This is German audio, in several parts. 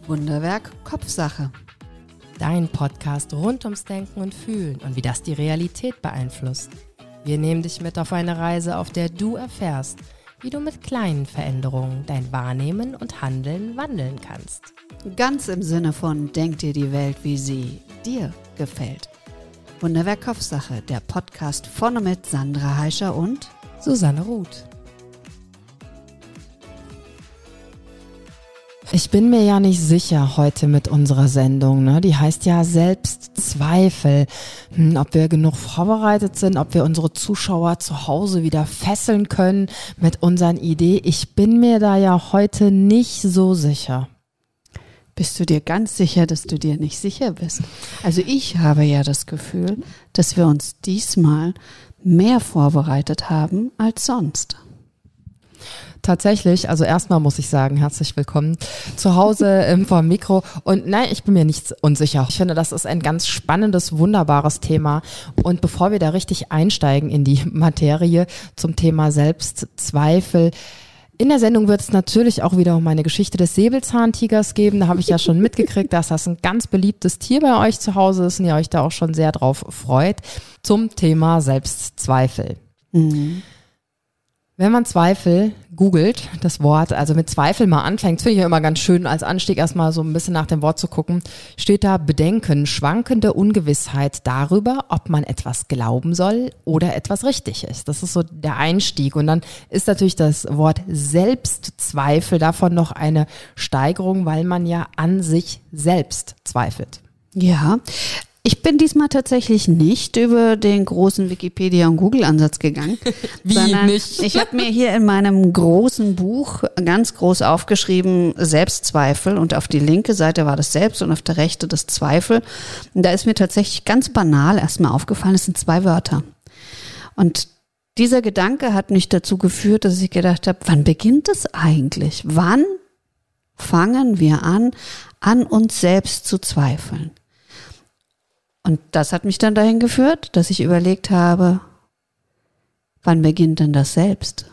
Wunderwerk Kopfsache. Dein Podcast rund ums Denken und Fühlen und wie das die Realität beeinflusst. Wir nehmen dich mit auf eine Reise, auf der du erfährst, wie du mit kleinen Veränderungen dein Wahrnehmen und Handeln wandeln kannst. Ganz im Sinne von denk dir die Welt, wie sie dir gefällt. Wunderwerk Kopfsache, der Podcast von und mit Sandra Heischer und Susanne Ruth. Ich bin mir ja nicht sicher heute mit unserer Sendung, ne? Die heißt ja Selbstzweifel. Ob wir genug vorbereitet sind, ob wir unsere Zuschauer zu Hause wieder fesseln können mit unseren Ideen. Ich bin mir da ja heute nicht so sicher. Bist du dir ganz sicher, dass du dir nicht sicher bist? Also ich habe ja das Gefühl, dass wir uns diesmal mehr vorbereitet haben als sonst. Tatsächlich, also erstmal muss ich sagen, herzlich willkommen zu Hause vor dem Mikro. Und nein, ich bin mir nicht unsicher. Ich finde, das ist ein ganz spannendes, wunderbares Thema. Und bevor wir da richtig einsteigen in die Materie zum Thema Selbstzweifel, in der Sendung wird es natürlich auch wieder um eine Geschichte des Säbelzahntigers geben. Da habe ich ja schon mitgekriegt, dass das ein ganz beliebtes Tier bei euch zu Hause ist und ihr euch da auch schon sehr drauf freut. Zum Thema Selbstzweifel. Mhm. Wenn man Zweifel googelt, das Wort, also mit Zweifel mal anfängt, finde ich ja immer ganz schön als Anstieg erstmal so ein bisschen nach dem Wort zu gucken, steht da Bedenken, schwankende Ungewissheit darüber, ob man etwas glauben soll oder etwas richtig ist. Das ist so der Einstieg. Und dann ist natürlich das Wort Selbstzweifel davon noch eine Steigerung, weil man ja an sich selbst zweifelt. Ja. Ich bin diesmal tatsächlich nicht über den großen Wikipedia- und Google-Ansatz gegangen. Wie nicht? Ich habe mir hier in meinem großen Buch ganz groß aufgeschrieben Selbstzweifel und auf die linke Seite war das Selbst und auf der rechten das Zweifel. Und da ist mir tatsächlich ganz banal erstmal aufgefallen, es sind 2 Wörter. Und dieser Gedanke hat mich dazu geführt, dass ich gedacht habe, wann beginnt es eigentlich? Wann fangen wir an uns selbst zu zweifeln? Und das hat mich dann dahin geführt, dass ich überlegt habe, wann beginnt denn das Selbst?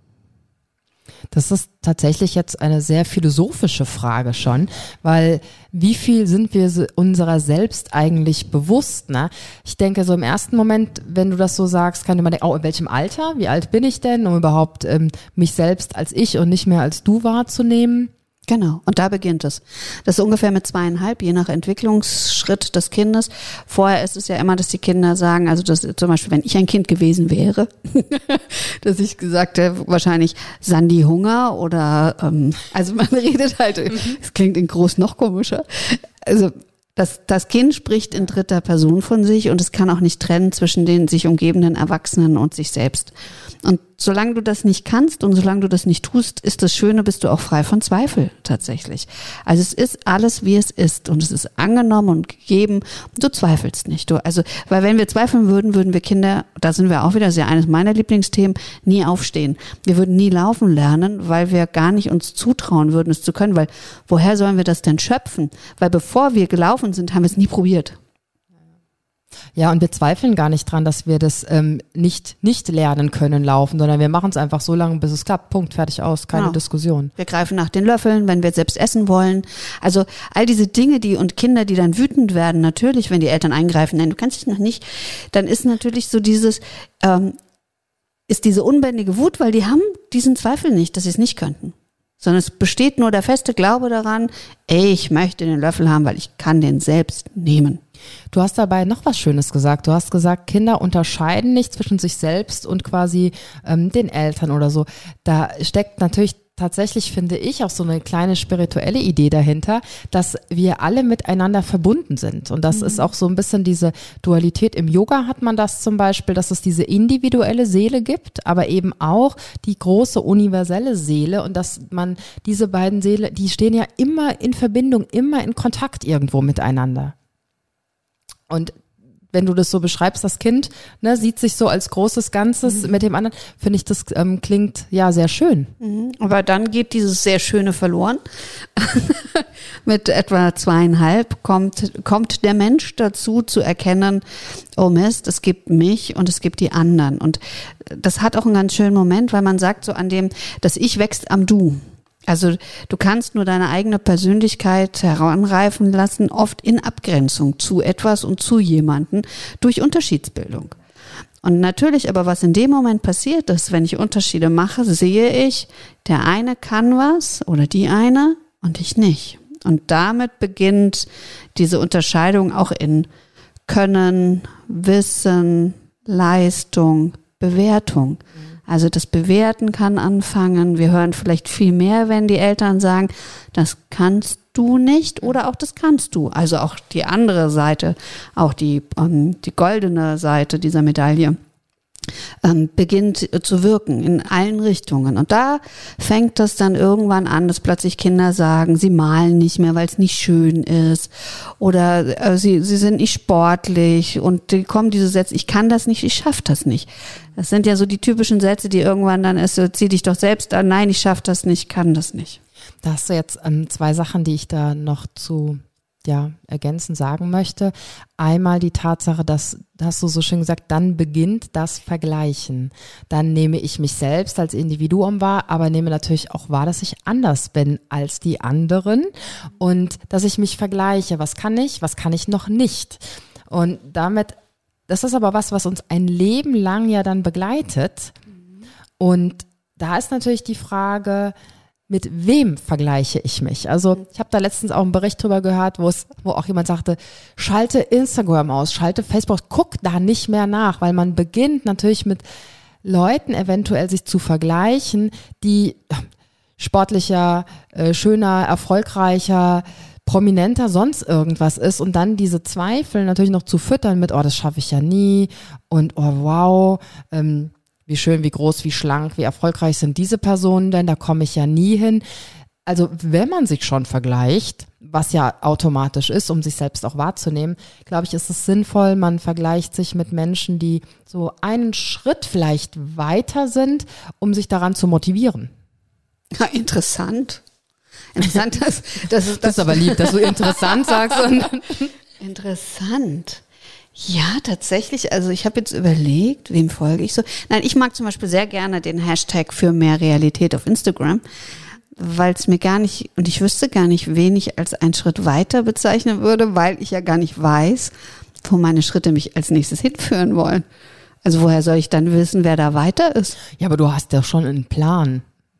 Das ist tatsächlich jetzt eine sehr philosophische Frage schon, weil wie viel sind wir unserer selbst eigentlich bewusst, ne? Ich denke so im ersten Moment, wenn du das so sagst, kann man denken, in welchem Alter, wie alt bin ich denn, um überhaupt mich selbst als ich und nicht mehr als du wahrzunehmen? Genau, und da beginnt es. Das ist ungefähr mit 2,5, je nach Entwicklungsschritt des Kindes. Vorher ist es ja immer, dass die Kinder sagen, also dass zum Beispiel, wenn ich ein Kind gewesen wäre, dass ich gesagt hätte, wahrscheinlich Sandy Hunger oder, also man redet halt, es klingt in groß noch komischer, also das Kind spricht in dritter Person von sich und es kann auch nicht trennen zwischen den sich umgebenden Erwachsenen und sich selbst. Und solange du das nicht kannst und solange du das nicht tust, ist das Schöne, bist du auch frei von Zweifel tatsächlich. Also es ist alles, wie es ist und es ist angenommen und gegeben. Du zweifelst nicht. Weil wenn wir zweifeln würden, würden wir Kinder, da sind wir auch wieder, das ist ja eines meiner Lieblingsthemen, nie aufstehen. Wir würden nie laufen lernen, weil wir gar nicht uns zutrauen würden, es zu können, weil woher sollen wir das denn schöpfen? Weil bevor wir gelaufen sind, haben wir es nie probiert. Ja, und wir zweifeln gar nicht dran, dass wir das nicht lernen können, laufen, sondern wir machen es einfach so lange, bis es klappt. Punkt, fertig, aus, keine Diskussion. Wir greifen nach den Löffeln, wenn wir selbst essen wollen. Also all diese Dinge, und Kinder, die dann wütend werden, natürlich, wenn die Eltern eingreifen, nein, du kannst dich noch nicht, dann ist natürlich so ist diese unbändige Wut, weil die haben diesen Zweifel nicht, dass sie es nicht könnten. Sondern es besteht nur der feste Glaube daran, ich möchte den Löffel haben, weil ich kann den selbst nehmen. Du hast dabei noch was Schönes gesagt. Du hast gesagt, Kinder unterscheiden nicht zwischen sich selbst und quasi den Eltern oder so. Da steckt natürlich tatsächlich, finde ich, auch so eine kleine spirituelle Idee dahinter, dass wir alle miteinander verbunden sind. Und das ist auch so ein bisschen diese Dualität. Im Yoga hat man das zum Beispiel, dass es diese individuelle Seele gibt, aber eben auch die große universelle Seele und dass man diese beiden Seelen, die stehen ja immer in Verbindung, immer in Kontakt irgendwo miteinander. Und wenn du das so beschreibst, das Kind sieht sich so als großes Ganzes mit dem anderen, finde ich, das klingt ja sehr schön. Aber dann geht dieses sehr Schöne verloren. Mit etwa 2,5 kommt der Mensch dazu zu erkennen, oh Mist, es gibt mich und es gibt die anderen. Und das hat auch einen ganz schönen Moment, weil man sagt so das Ich wächst am Du. Also du kannst nur deine eigene Persönlichkeit heranreifen lassen, oft in Abgrenzung zu etwas und zu jemanden durch Unterschiedsbildung. Und natürlich aber, was in dem Moment passiert ist, wenn ich Unterschiede mache, sehe ich, der eine kann was oder die eine und ich nicht. Und damit beginnt diese Unterscheidung auch in Können, Wissen, Leistung, Bewertung. Also das Bewerten kann anfangen. Wir hören vielleicht viel mehr, wenn die Eltern sagen, das kannst du nicht oder auch das kannst du. Also auch die andere Seite, auch die goldene Seite dieser Medaille beginnt zu wirken in allen Richtungen. Und da fängt das dann irgendwann an, dass plötzlich Kinder sagen, sie malen nicht mehr, weil es nicht schön ist oder sie sind nicht sportlich und die kommen diese Sätze, ich kann das nicht, ich schaffe das nicht. Das sind ja so die typischen Sätze, die irgendwann dann ist, zieh dich doch selbst an, nein, ich schaffe das nicht, kann das nicht. Da hast du jetzt 2 Sachen, die ich da noch zu ergänzend sagen möchte. Einmal die Tatsache, dass, hast du so schön gesagt, dann beginnt das Vergleichen. Dann nehme ich mich selbst als Individuum wahr, aber nehme natürlich auch wahr, dass ich anders bin als die anderen und dass ich mich vergleiche. Was kann ich noch nicht? Und damit, das ist aber was uns ein Leben lang ja dann begleitet. Und da ist natürlich die Frage, mit wem vergleiche ich mich? Also ich habe da letztens auch einen Bericht drüber gehört, wo auch jemand sagte, schalte Instagram aus, schalte Facebook, guck da nicht mehr nach, weil man beginnt natürlich mit Leuten eventuell sich zu vergleichen, die sportlicher, schöner, erfolgreicher, prominenter, sonst irgendwas ist und dann diese Zweifel natürlich noch zu füttern mit, oh, das schaffe ich ja nie und oh, wow, wie schön, wie groß, wie schlank, wie erfolgreich sind diese Personen denn, da komme ich ja nie hin. Also wenn man sich schon vergleicht, was ja automatisch ist, um sich selbst auch wahrzunehmen, glaube ich, ist es sinnvoll, man vergleicht sich mit Menschen, die so einen Schritt vielleicht weiter sind, um sich daran zu motivieren. Ja, interessant. Interessant, das ist aber lieb, dass du interessant sagst. Interessant. Ja, tatsächlich. Also ich habe jetzt überlegt, wem folge ich so. Nein, ich mag zum Beispiel sehr gerne den Hashtag für mehr Realität auf Instagram, weil es mir gar nicht, und ich wüsste gar nicht, wen ich als einen Schritt weiter bezeichnen würde, weil ich ja gar nicht weiß, wo meine Schritte mich als nächstes hinführen wollen. Also woher soll ich dann wissen, wer da weiter ist? Ja, aber du hast ja schon einen Plan.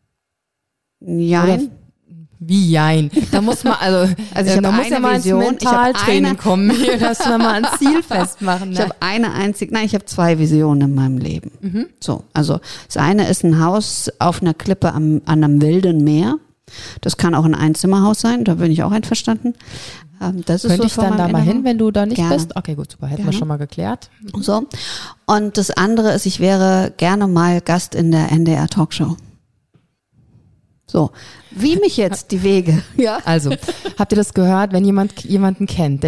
Ja. Wie jein? Da muss man, da muss ja mal ins Mentaltraining kommen, dass wir mal ein Ziel festmachen. Ne? Ich habe 2 Visionen in meinem Leben. Mhm. So, also das eine ist ein Haus auf einer Klippe an einem wilden Meer. Das kann auch ein Einzimmerhaus sein, da bin ich auch einverstanden. Das ist Könnte so ich dann da mal hin, wenn du da nicht gerne bist? Okay, gut, super, hätten wir schon mal geklärt. So. Und das andere ist, ich wäre gerne mal Gast in der NDR Talkshow. So, wie mich jetzt die Wege. Ja. Also, habt ihr das gehört, wenn jemanden kennt,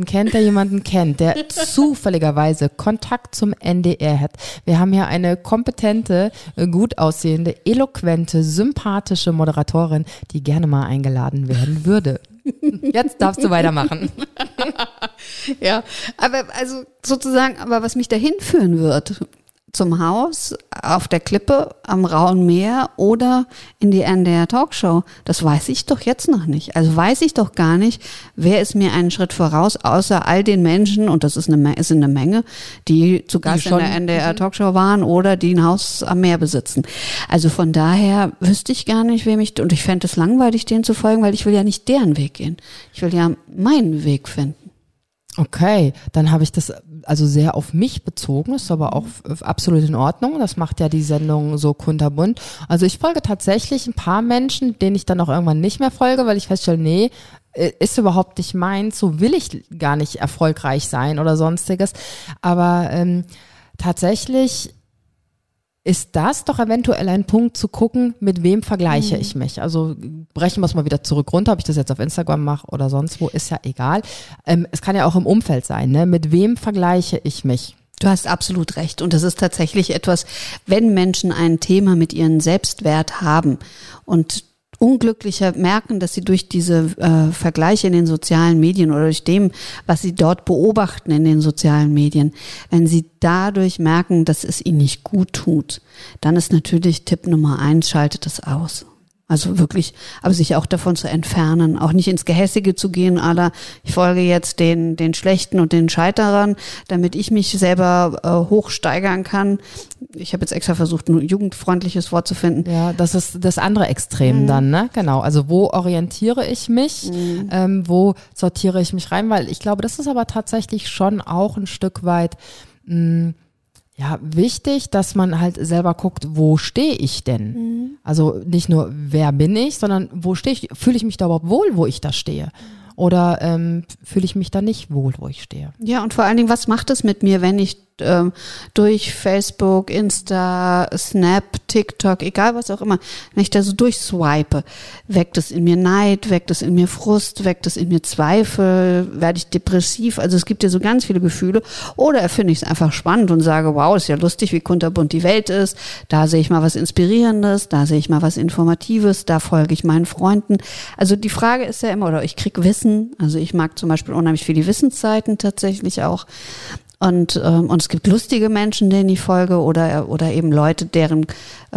der zufälligerweise Kontakt zum NDR hat. Wir haben hier eine kompetente, gut aussehende, eloquente, sympathische Moderatorin, die gerne mal eingeladen werden würde. Jetzt darfst du weitermachen. Ja, aber was mich dahin führen wird, zum Haus, auf der Klippe, am rauen Meer oder in die NDR Talkshow. Das weiß ich doch jetzt noch nicht. Also weiß ich doch gar nicht, wer ist mir einen Schritt voraus, außer all den Menschen, und das ist eine Menge, die zu Gast in der NDR Talkshow waren oder die ein Haus am Meer besitzen. Also von daher wüsste ich gar nicht, und ich fände es langweilig, denen zu folgen, weil ich will ja nicht deren Weg gehen. Ich will ja meinen Weg finden. Okay, dann habe ich das also sehr auf mich bezogen, ist aber auch absolut in Ordnung. Das macht ja die Sendung so kunterbunt. Also ich folge tatsächlich ein paar Menschen, denen ich dann auch irgendwann nicht mehr folge, weil ich feststelle, nee, ist überhaupt nicht meins, so will ich gar nicht erfolgreich sein oder sonstiges. Aber tatsächlich ist das doch eventuell ein Punkt zu gucken, mit wem vergleiche ich mich. Also brechen wir es mal wieder zurück runter, ob ich das jetzt auf Instagram mache oder sonst wo, ist ja egal. Es kann ja auch im Umfeld sein, ne? Mit wem vergleiche ich mich? Du hast absolut recht. Und das ist tatsächlich etwas, wenn Menschen ein Thema mit ihrem Selbstwert haben und unglücklicher merken, dass sie durch diese Vergleiche in den sozialen Medien oder durch dem, was sie dort beobachten in den sozialen Medien, wenn sie dadurch merken, dass es ihnen nicht gut tut, dann ist natürlich Tipp Nummer 1, schaltet es aus. Also wirklich, aber sich auch davon zu entfernen, auch nicht ins Gehässige zu gehen, ich folge jetzt den Schlechten und den Scheiterern, damit ich mich selber hochsteigern kann. Ich habe jetzt extra versucht, ein jugendfreundliches Wort zu finden. Ja, das ist das andere Extrem dann, ne? Genau. Also wo orientiere ich mich? Wo sortiere ich mich rein? Weil ich glaube, das ist aber tatsächlich schon auch ein Stück weit wichtig, dass man halt selber guckt, wo stehe ich denn? Also nicht nur, wer bin ich, sondern wo stehe ich? Fühle ich mich da überhaupt wohl, wo ich da stehe? Oder fühle ich mich da nicht wohl, wo ich stehe? Ja, und vor allen Dingen, was macht es mit mir, wenn ich durch Facebook, Insta, Snap, TikTok, egal was auch immer, wenn ich da so durchswipe, weckt es in mir Neid, weckt es in mir Frust, weckt es in mir Zweifel, werde ich depressiv? Also es gibt ja so ganz viele Gefühle. Oder erfinde ich es einfach spannend und sage, wow, ist ja lustig, wie kunterbunt die Welt ist. Da sehe ich mal was Inspirierendes, da sehe ich mal was Informatives, da folge ich meinen Freunden. Also die Frage ist ja immer, oder ich kriege Wissen. Also ich mag zum Beispiel unheimlich viele Wissensseiten tatsächlich auch. Und es gibt lustige Menschen, denen ich folge, oder eben Leute, deren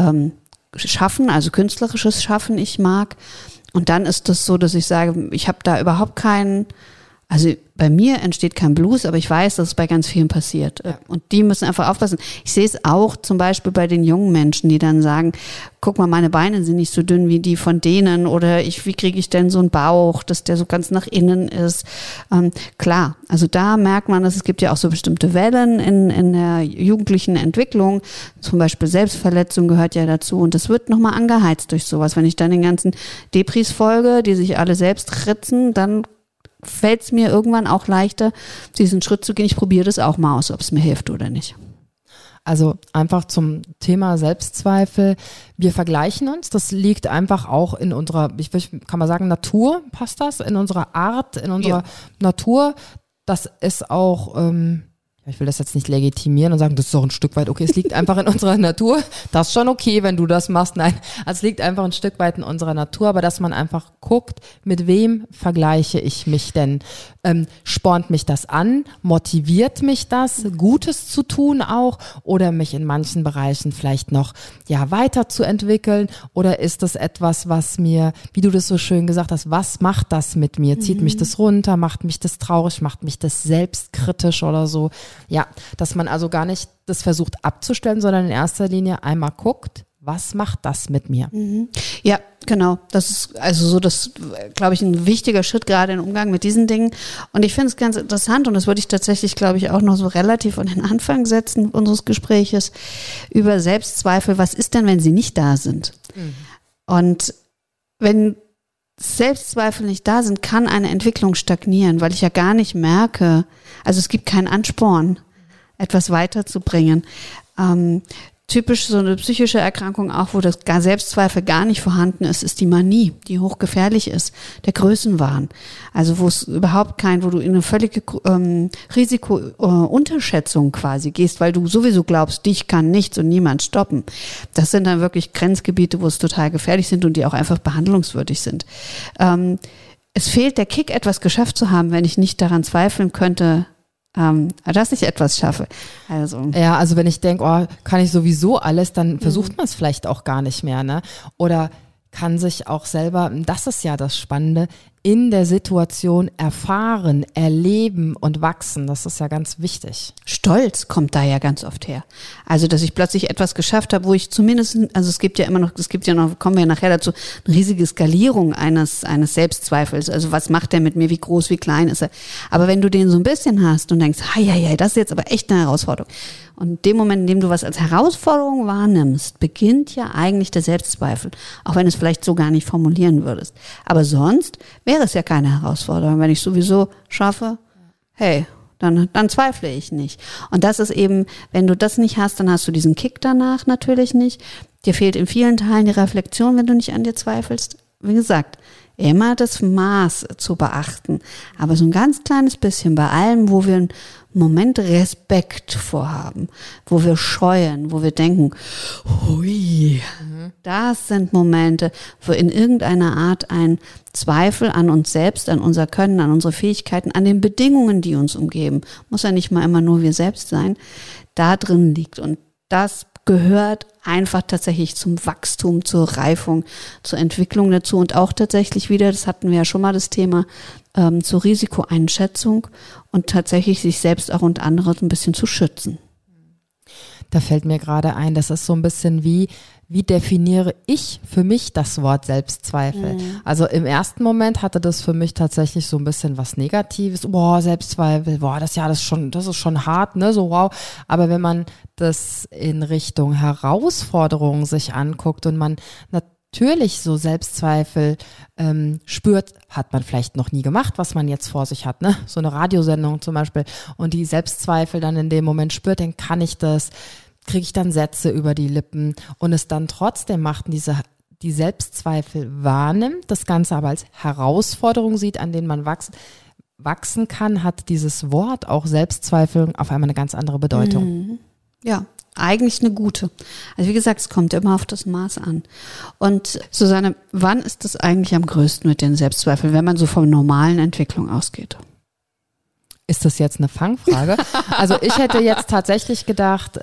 Schaffen, also künstlerisches Schaffen ich mag. Und dann ist das so, dass ich sage, ich habe da überhaupt keinen, also bei mir entsteht kein Blues, aber ich weiß, dass es bei ganz vielen passiert. Ja. Und die müssen einfach aufpassen. Ich sehe es auch zum Beispiel bei den jungen Menschen, die dann sagen, guck mal, meine Beine sind nicht so dünn wie die von denen, oder wie kriege ich denn so einen Bauch, dass der so ganz nach innen ist. Klar, also da merkt man, dass es gibt ja auch so bestimmte Wellen in der jugendlichen Entwicklung. Zum Beispiel Selbstverletzung gehört ja dazu, und das wird nochmal angeheizt durch sowas. Wenn ich dann den ganzen Depris folge, die sich alle selbst ritzen, dann fällt es mir irgendwann auch leichter, diesen Schritt zu gehen. Ich probiere das auch mal aus, ob es mir hilft oder nicht. Also einfach zum Thema Selbstzweifel. Wir vergleichen uns. Das liegt einfach auch in unserer, kann man sagen, Natur, passt das? In unserer Art, in unserer Natur. Das ist auch, ich will das jetzt nicht legitimieren und sagen, das ist doch ein Stück weit okay. Es liegt einfach in unserer Natur. Das ist schon okay, wenn du das machst. Nein, es liegt einfach ein Stück weit in unserer Natur, aber dass man einfach guckt, mit wem vergleiche ich mich denn? Spornt mich das an? Motiviert mich das, Gutes zu tun auch? Oder mich in manchen Bereichen vielleicht noch weiterzuentwickeln? Oder ist das etwas, was mir, wie du das so schön gesagt hast, was macht das mit mir? Zieht mich das runter? Macht mich das traurig? Macht mich das selbstkritisch oder so? Ja, dass man also gar nicht das versucht abzustellen, sondern in erster Linie einmal guckt, was macht das mit mir? Ja, genau. Das ist also so, das, glaube ich, ein wichtiger Schritt gerade im Umgang mit diesen Dingen. Und ich finde es ganz interessant, und das würde ich tatsächlich, glaube ich, auch noch so relativ an den Anfang setzen unseres Gespräches über Selbstzweifel. Was ist denn, wenn sie nicht da sind? Und wenn Selbstzweifel nicht da sind, kann eine Entwicklung stagnieren, weil ich ja gar nicht merke, also es gibt keinen Ansporn, etwas weiterzubringen. Typisch so eine psychische Erkrankung auch, wo das Selbstzweifel gar nicht vorhanden ist, ist die Manie, die hochgefährlich ist, der Größenwahn. Also wo es überhaupt wo du in eine völlige Risikounterschätzung quasi gehst, weil du sowieso glaubst, dich kann nichts und niemand stoppen. Das sind dann wirklich Grenzgebiete, wo es total gefährlich sind und die auch einfach behandlungswürdig sind. Es fehlt der Kick, etwas geschafft zu haben, wenn ich nicht daran zweifeln könnte, dass ich etwas schaffe. Also wenn ich denke, kann ich sowieso alles, dann versucht man es vielleicht auch gar nicht mehr, ne? Oder kann sich auch selber, das ist ja das Spannende, in der Situation erfahren, erleben und wachsen. Das ist ja ganz wichtig. Stolz kommt da ja ganz oft her. Also, dass ich plötzlich etwas geschafft habe, wo ich zumindest, also es gibt ja noch, kommen wir ja nachher dazu, eine riesige Skalierung eines Selbstzweifels. Also was macht der mit mir, wie groß, wie klein ist er? Aber wenn du den so ein bisschen hast und denkst, das ist jetzt aber echt eine Herausforderung. Und in dem Moment, in dem du was als Herausforderung wahrnimmst, beginnt ja eigentlich der Selbstzweifel. Auch wenn du es vielleicht so gar nicht formulieren würdest. Aber sonst wäre es ja keine Herausforderung. Wenn ich sowieso schaffe, dann zweifle ich nicht. Und das ist eben, wenn du das nicht hast, dann hast du diesen Kick danach natürlich nicht. Dir fehlt in vielen Teilen die Reflexion, wenn du nicht an dir zweifelst. Wie gesagt, immer das Maß zu beachten. Aber so ein ganz kleines bisschen bei allem, wo wir einen Moment Respekt vorhaben, wo wir scheuen, wo wir denken, hui, das sind Momente, wo in irgendeiner Art ein Zweifel an uns selbst, an unser Können, an unsere Fähigkeiten, an den Bedingungen, die uns umgeben, muss ja nicht mal immer nur wir selbst sein, da drin liegt. Und das gehört einfach tatsächlich zum Wachstum, zur Reifung, zur Entwicklung dazu und auch tatsächlich wieder, das hatten wir ja schon mal das Thema, zur Risikoeinschätzung und tatsächlich sich selbst auch und andere ein bisschen zu schützen. Da fällt mir gerade ein, das ist so ein bisschen wie definiere ich für mich das Wort Selbstzweifel? Also im ersten Moment hatte das für mich tatsächlich so ein bisschen was Negatives. Boah, Selbstzweifel, boah, das ist schon hart, ne, so wow. Aber wenn man das in Richtung Herausforderungen sich anguckt und man natürlich so Selbstzweifel spürt, hat man vielleicht noch nie gemacht, was man jetzt vor sich hat, ne? So eine Radiosendung zum Beispiel und die Selbstzweifel dann in dem Moment spürt, dann kann ich das, kriege ich dann Sätze über die Lippen und es dann trotzdem macht, die Selbstzweifel wahrnimmt, das Ganze aber als Herausforderung sieht, an denen man wachsen kann, hat dieses Wort auch Selbstzweifel auf einmal eine ganz andere Bedeutung. Ja, eigentlich eine gute. Also wie gesagt, es kommt immer auf das Maß an. Und Susanne, wann ist das eigentlich am größten mit den Selbstzweifeln, wenn man so von normalen Entwicklung ausgeht? Ist das jetzt eine Fangfrage? Also ich hätte jetzt tatsächlich gedacht,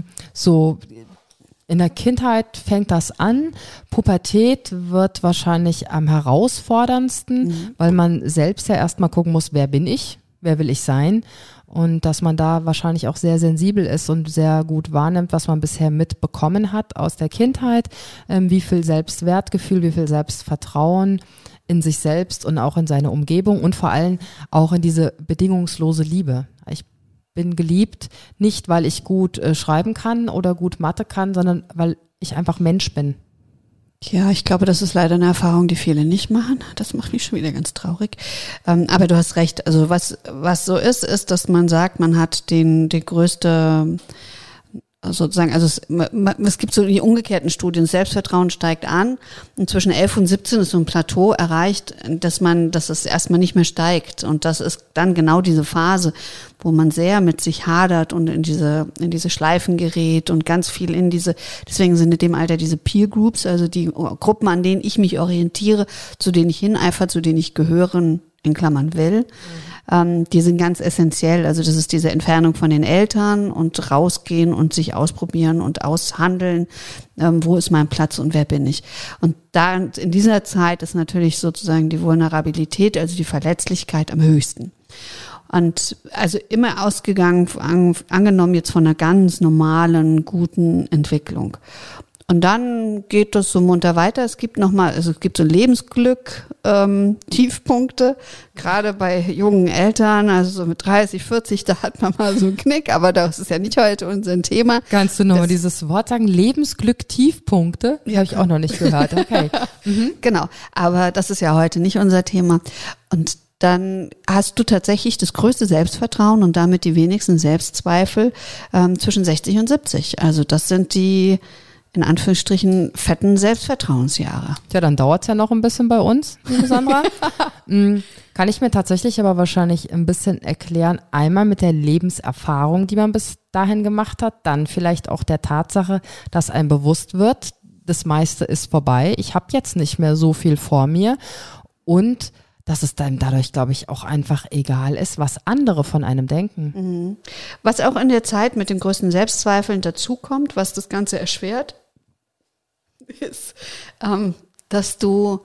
so in der Kindheit fängt das an. Pubertät wird wahrscheinlich am herausforderndsten, weil man selbst ja erstmal gucken muss, wer bin ich, wer will ich sein? Und dass man da wahrscheinlich auch sehr sensibel ist und sehr gut wahrnimmt, was man bisher mitbekommen hat aus der Kindheit, wie viel Selbstwertgefühl, wie viel Selbstvertrauen in sich selbst und auch in seine Umgebung und vor allem auch in diese bedingungslose Liebe. Ich bin geliebt, nicht weil ich gut schreiben kann oder gut Mathe kann, sondern weil ich einfach Mensch bin. Ja, ich glaube, das ist leider eine Erfahrung, die viele nicht machen. Das macht mich schon wieder ganz traurig. Aber du hast recht. Also was so ist, dass man sagt, man hat die größte sozusagen, also es gibt so die umgekehrten Studien, Selbstvertrauen steigt an und zwischen 11 und 17 ist so ein Plateau erreicht, dass es erstmal nicht mehr steigt und das ist dann genau diese Phase, wo man sehr mit sich hadert und in diese Schleifen gerät und ganz viel deswegen sind in dem Alter diese Peer Groups, also die Gruppen, an denen ich mich orientiere, zu denen ich hineifere, zu denen ich gehören, in Klammern will. Die sind ganz essentiell. Also das ist diese Entfernung von den Eltern und rausgehen und sich ausprobieren und aushandeln. Wo ist mein Platz und wer bin ich? Und da in dieser Zeit ist natürlich sozusagen die Vulnerabilität, also die Verletzlichkeit am höchsten. Und also immer ausgegangen, angenommen jetzt von einer ganz normalen, guten Entwicklung. Und dann geht das so munter weiter. Es gibt so Lebensglück, Tiefpunkte, gerade bei jungen Eltern, also so mit 30, 40, da hat man mal so einen Knick, aber das ist ja nicht heute unser Thema. Kannst du nochmal dieses Wort sagen? Lebensglück, Tiefpunkte? Ja, habe ich auch noch nicht gehört. Okay. Genau, aber das ist ja heute nicht unser Thema. Und dann hast du tatsächlich das größte Selbstvertrauen und damit die wenigsten Selbstzweifel zwischen 60 und 70. Also das sind die in Anführungsstrichen fetten Selbstvertrauensjahre. Tja, dann dauert's ja noch ein bisschen bei uns, liebe Sandra. Kann ich mir tatsächlich aber wahrscheinlich ein bisschen erklären, einmal mit der Lebenserfahrung, die man bis dahin gemacht hat, dann vielleicht auch der Tatsache, dass einem bewusst wird, das meiste ist vorbei, ich habe jetzt nicht mehr so viel vor mir und dass es dann dadurch, glaube ich, auch einfach egal ist, was andere von einem denken. Was auch in der Zeit mit den größten Selbstzweifeln dazukommt, was das Ganze erschwert, ist, dass du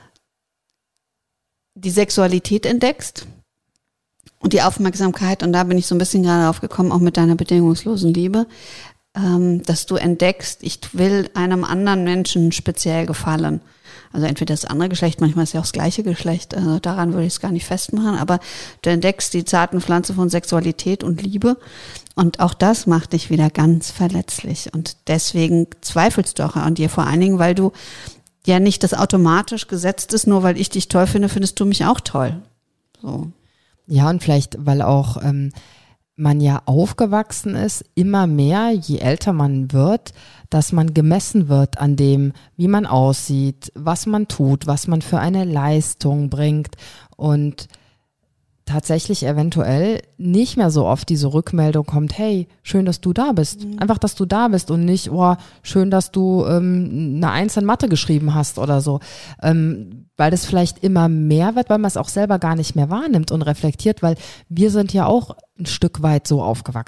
die Sexualität entdeckst und die Aufmerksamkeit, und da bin ich so ein bisschen gerade aufgekommen, auch mit deiner bedingungslosen Liebe, dass du entdeckst, ich will einem anderen Menschen speziell gefallen. Also entweder das andere Geschlecht, manchmal ist ja auch das gleiche Geschlecht, also daran würde ich es gar nicht festmachen, aber du entdeckst die zarten Pflanze von Sexualität und Liebe und auch das macht dich wieder ganz verletzlich und deswegen zweifelst du auch an dir, vor allen Dingen, weil du ja nicht das automatisch gesetzt ist, nur weil ich dich toll finde, findest du mich auch toll. So. Ja, und vielleicht, weil auch man ja aufgewachsen ist, immer mehr, je älter man wird, dass man gemessen wird an dem, wie man aussieht, was man tut, was man für eine Leistung bringt und tatsächlich eventuell nicht mehr so oft diese Rückmeldung kommt, hey, schön, dass du da bist. Einfach, dass du da bist und nicht, oh, schön, dass du eine 1 in Mathe geschrieben hast oder so. Weil das vielleicht immer mehr wird, weil man es auch selber gar nicht mehr wahrnimmt und reflektiert, weil wir sind ja auch ein Stück weit so aufgewachsen.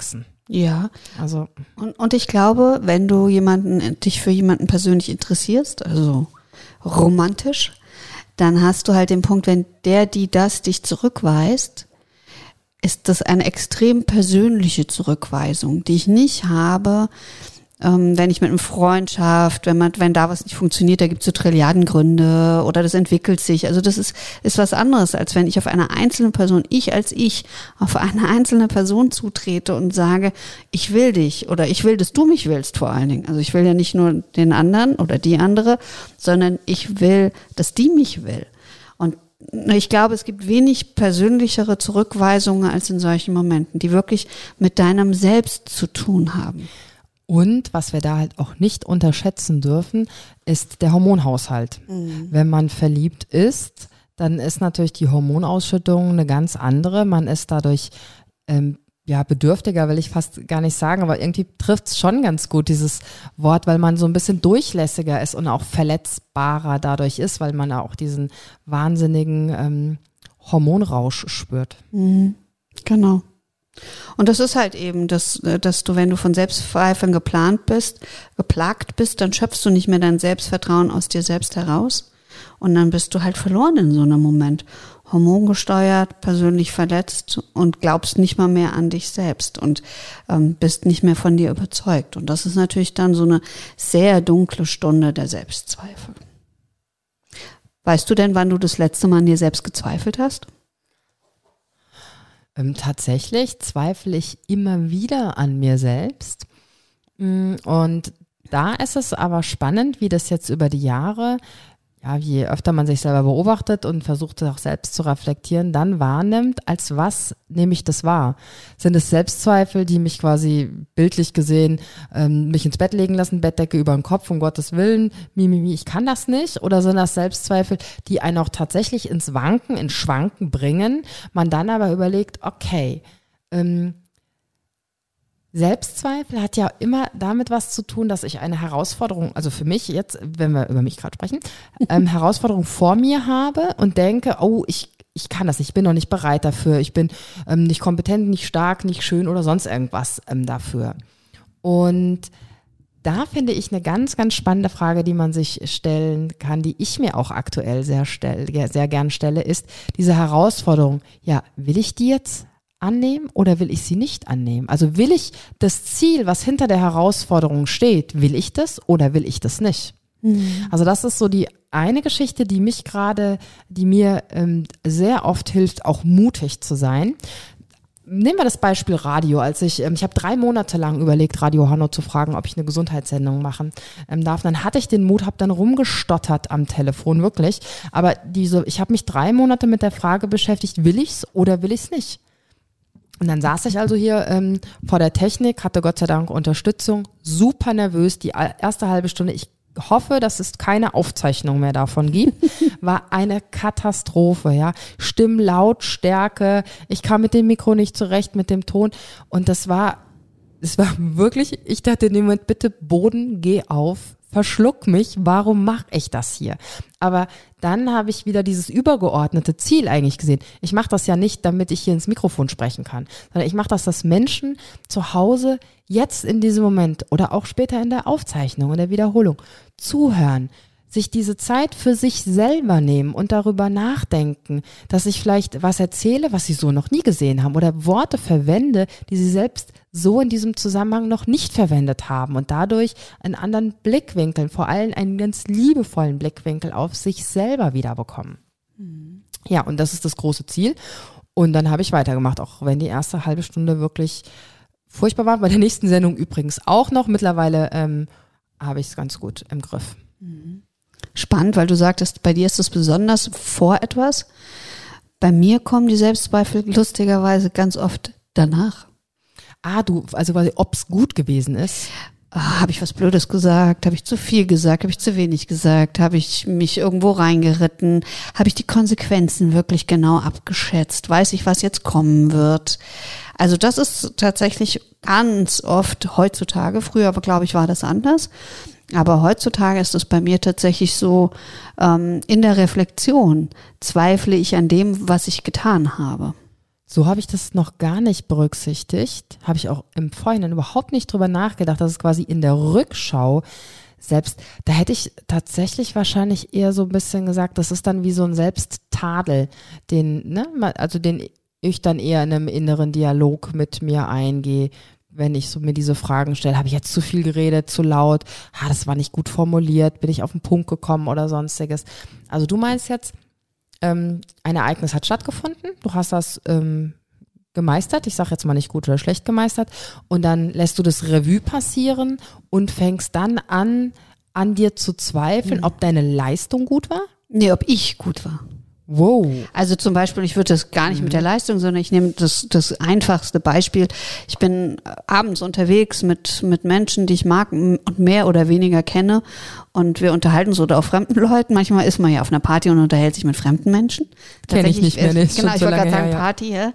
Ja. Also Und ich glaube, wenn du dich für jemanden persönlich interessierst, also romantisch, dann hast du halt den Punkt, wenn das dich zurückweist, ist das eine extrem persönliche Zurückweisung, die ich nicht habe, wenn ich mit einem Freundschaft, wenn da was nicht funktioniert, da gibt es so Trilliarden Gründe oder das entwickelt sich. Also das ist was anderes, als wenn ich auf eine einzelne Person, auf eine einzelne Person zutrete und sage, ich will dich oder ich will, dass du mich willst vor allen Dingen. Also ich will ja nicht nur den anderen oder die andere, sondern ich will, dass die mich will. Und ich glaube, es gibt wenig persönlichere Zurückweisungen als in solchen Momenten, die wirklich mit deinem Selbst zu tun haben. Und was wir da halt auch nicht unterschätzen dürfen, ist der Hormonhaushalt. Wenn man verliebt ist, dann ist natürlich die Hormonausschüttung eine ganz andere. Man ist dadurch bedürftiger, will ich fast gar nicht sagen, aber irgendwie trifft es schon ganz gut, dieses Wort, weil man so ein bisschen durchlässiger ist und auch verletzbarer dadurch ist, weil man auch diesen wahnsinnigen Hormonrausch spürt. Genau. Und das ist halt eben, dass du, wenn du von Selbstzweifeln geplagt bist, dann schöpfst du nicht mehr dein Selbstvertrauen aus dir selbst heraus und dann bist du halt verloren in so einem Moment. Hormongesteuert, persönlich verletzt und glaubst nicht mal mehr an dich selbst und bist nicht mehr von dir überzeugt. Und das ist natürlich dann so eine sehr dunkle Stunde der Selbstzweifel. Weißt du denn, wann du das letzte Mal an dir selbst gezweifelt hast? Tatsächlich zweifle ich immer wieder an mir selbst. Und da ist es aber spannend, wie das jetzt über die Jahre, je öfter man sich selber beobachtet und versucht auch selbst zu reflektieren, dann wahrnimmt, als was nehme ich das wahr? Sind es Selbstzweifel, die mich quasi bildlich gesehen mich ins Bett legen lassen, Bettdecke über den Kopf, um Gottes Willen, ich kann das nicht? Oder sind das Selbstzweifel, die einen auch tatsächlich ins Schwanken bringen, man dann aber überlegt, okay, Selbstzweifel hat ja immer damit was zu tun, dass ich eine Herausforderung, also für mich jetzt, wenn wir über mich gerade sprechen, Herausforderung vor mir habe und denke, ich kann das nicht, ich bin noch nicht bereit dafür, ich bin nicht kompetent, nicht stark, nicht schön oder sonst irgendwas dafür. Und da finde ich eine ganz, ganz spannende Frage, die man sich stellen kann, die ich mir auch aktuell sehr gern stelle, ist diese Herausforderung, will ich die jetzt annehmen oder will ich sie nicht annehmen? Also will ich das Ziel, was hinter der Herausforderung steht, will ich das oder will ich das nicht? Also das ist so die eine Geschichte, die mir sehr oft hilft, auch mutig zu sein. Nehmen wir das Beispiel Radio. Ich habe 3 Monate lang überlegt, Radio Hanno zu fragen, ob ich eine Gesundheitssendung machen darf. Dann hatte ich den Mut, habe dann rumgestottert am Telefon, wirklich. Aber ich habe mich 3 Monate mit der Frage beschäftigt, will ich's oder will ich's nicht? Und dann saß ich also hier vor der Technik, hatte Gott sei Dank Unterstützung, super nervös, die erste halbe Stunde, ich hoffe, dass es keine Aufzeichnung mehr davon gibt, war eine Katastrophe, Stimmlautstärke, ich kam mit dem Mikro nicht zurecht, mit dem Ton und es war wirklich, ich dachte in dem Moment, bitte Boden, geh auf, verschluck mich, warum mache ich das hier? Aber dann habe ich wieder dieses übergeordnete Ziel eigentlich gesehen. Ich mache das ja nicht, damit ich hier ins Mikrofon sprechen kann, sondern ich mache das, dass Menschen zu Hause jetzt in diesem Moment oder auch später in der Aufzeichnung, in der Wiederholung zuhören, sich diese Zeit für sich selber nehmen und darüber nachdenken, dass ich vielleicht was erzähle, was sie so noch nie gesehen haben oder Worte verwende, die sie selbst so in diesem Zusammenhang noch nicht verwendet haben und dadurch einen anderen Blickwinkel, vor allem einen ganz liebevollen Blickwinkel auf sich selber wieder bekommen. Ja, und das ist das große Ziel. Und dann habe ich weitergemacht, auch wenn die erste halbe Stunde wirklich furchtbar war. Bei der nächsten Sendung übrigens auch noch. Mittlerweile habe ich es ganz gut im Griff. Spannend, weil du sagtest, bei dir ist es besonders vor etwas. Bei mir kommen die Selbstzweifel lustigerweise ganz oft danach. Also quasi, ob es gut gewesen ist. Habe ich was Blödes gesagt? Habe ich zu viel gesagt? Habe ich zu wenig gesagt? Habe ich mich irgendwo reingeritten? Habe ich die Konsequenzen wirklich genau abgeschätzt? Weiß ich, was jetzt kommen wird? Also das ist tatsächlich ganz oft heutzutage. Früher, aber glaube ich, war das anders. Aber heutzutage ist es bei mir tatsächlich so, in der Reflexion zweifle ich an dem, was ich getan habe. So habe ich das noch gar nicht berücksichtigt. Habe ich auch im Vorhinein überhaupt nicht drüber nachgedacht, dass es quasi in der Rückschau selbst, da hätte ich tatsächlich wahrscheinlich eher so ein bisschen gesagt, das ist dann wie so ein Selbsttadel, den ich dann eher in einem inneren Dialog mit mir eingehe, wenn ich so mir diese Fragen stelle, habe ich jetzt zu viel geredet, zu laut, das war nicht gut formuliert, bin ich auf den Punkt gekommen oder sonstiges. Also du meinst jetzt, ein Ereignis hat stattgefunden, du hast das gemeistert, ich sage jetzt mal nicht gut oder schlecht gemeistert, und dann lässt du das Revue passieren und fängst dann an dir zu zweifeln, ob deine Leistung gut war? Nee, ob ich gut war. Wow. Also zum Beispiel, ich würde das gar nicht mit der Leistung, sondern ich nehme das einfachste Beispiel. Ich bin abends unterwegs mit Menschen, die ich mag und mehr oder weniger kenne, und wir unterhalten uns oder auch fremden Leuten. Manchmal ist man ja auf einer Party und unterhält sich mit fremden Menschen. Kenne ich nicht mehr. Nicht. Genau, ich wollte gerade sagen, Party, ja.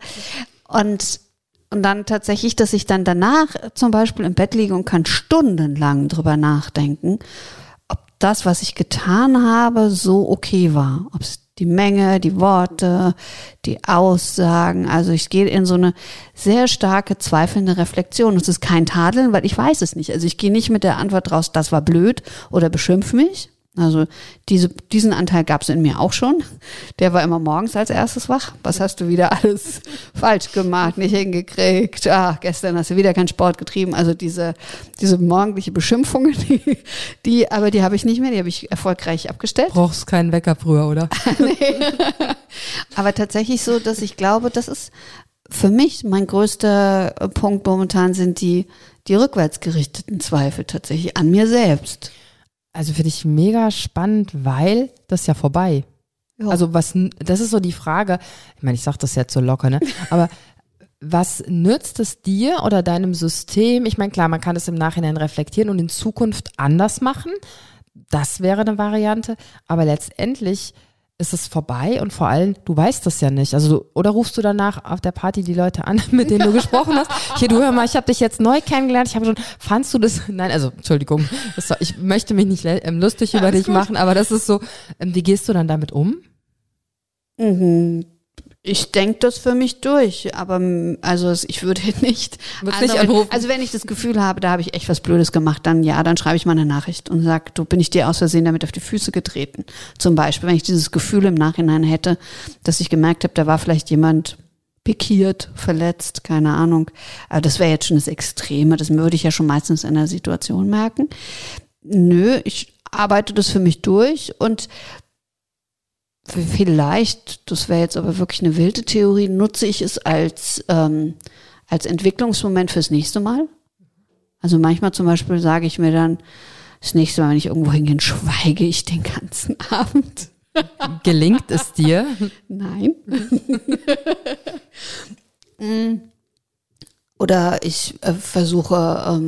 Und dann tatsächlich, dass ich dann danach zum Beispiel im Bett liege und kann stundenlang drüber nachdenken, ob das, was ich getan habe, so okay war. Ob es die Menge, die Worte, die Aussagen. Also ich gehe in so eine sehr starke, zweifelnde Reflexion. Es ist kein Tadeln, weil ich weiß es nicht. Also ich gehe nicht mit der Antwort raus, das war blöd oder beschimpf mich. Also diesen Anteil gab es in mir auch schon. Der war immer morgens als erstes wach. Was hast du wieder alles falsch gemacht, nicht hingekriegt? Gestern hast du wieder keinen Sport getrieben. Also diese morgendliche Beschimpfungen, die habe ich nicht mehr. Die habe ich erfolgreich abgestellt. Brauchst keinen Wecker früher, oder? Nee. Aber tatsächlich so, dass ich glaube, das ist für mich mein größter Punkt momentan, sind die rückwärts gerichteten Zweifel tatsächlich an mir selbst. Also finde ich mega spannend, weil das ist ja vorbei. Ja. Also das ist so die Frage, ich meine, ich sage das jetzt so locker, ne? Aber was nützt es dir oder deinem System? Ich meine, klar, man kann es im Nachhinein reflektieren und in Zukunft anders machen. Das wäre eine Variante. Aber letztendlich ist es vorbei und vor allem, du weißt das ja nicht. Also oder rufst du danach auf der Party die Leute an, mit denen du gesprochen hast? Hier, du hör mal, ich habe dich jetzt neu kennengelernt. Fandst du das? Nein, also Entschuldigung, ich möchte mich nicht lustig über dich machen, aber das ist so, wie gehst du dann damit um? Ich denke das für mich durch, aber also ich würde nicht anrufen. Also wenn ich das Gefühl habe, da habe ich echt was Blödes gemacht, dann schreibe ich mal eine Nachricht und sage, du, bin ich dir aus Versehen damit auf die Füße getreten. Zum Beispiel, wenn ich dieses Gefühl im Nachhinein hätte, dass ich gemerkt habe, da war vielleicht jemand pikiert, verletzt, keine Ahnung. Aber das wäre jetzt schon das Extreme, das würde ich ja schon meistens in der Situation merken. Nö, ich arbeite das für mich durch und vielleicht, das wäre jetzt aber wirklich eine wilde Theorie, nutze ich es als Entwicklungsmoment fürs nächste Mal. Also manchmal zum Beispiel sage ich mir dann, das nächste Mal, wenn ich irgendwo hingehe, schweige ich den ganzen Abend. Gelingt es dir? Nein. Oder ich versuche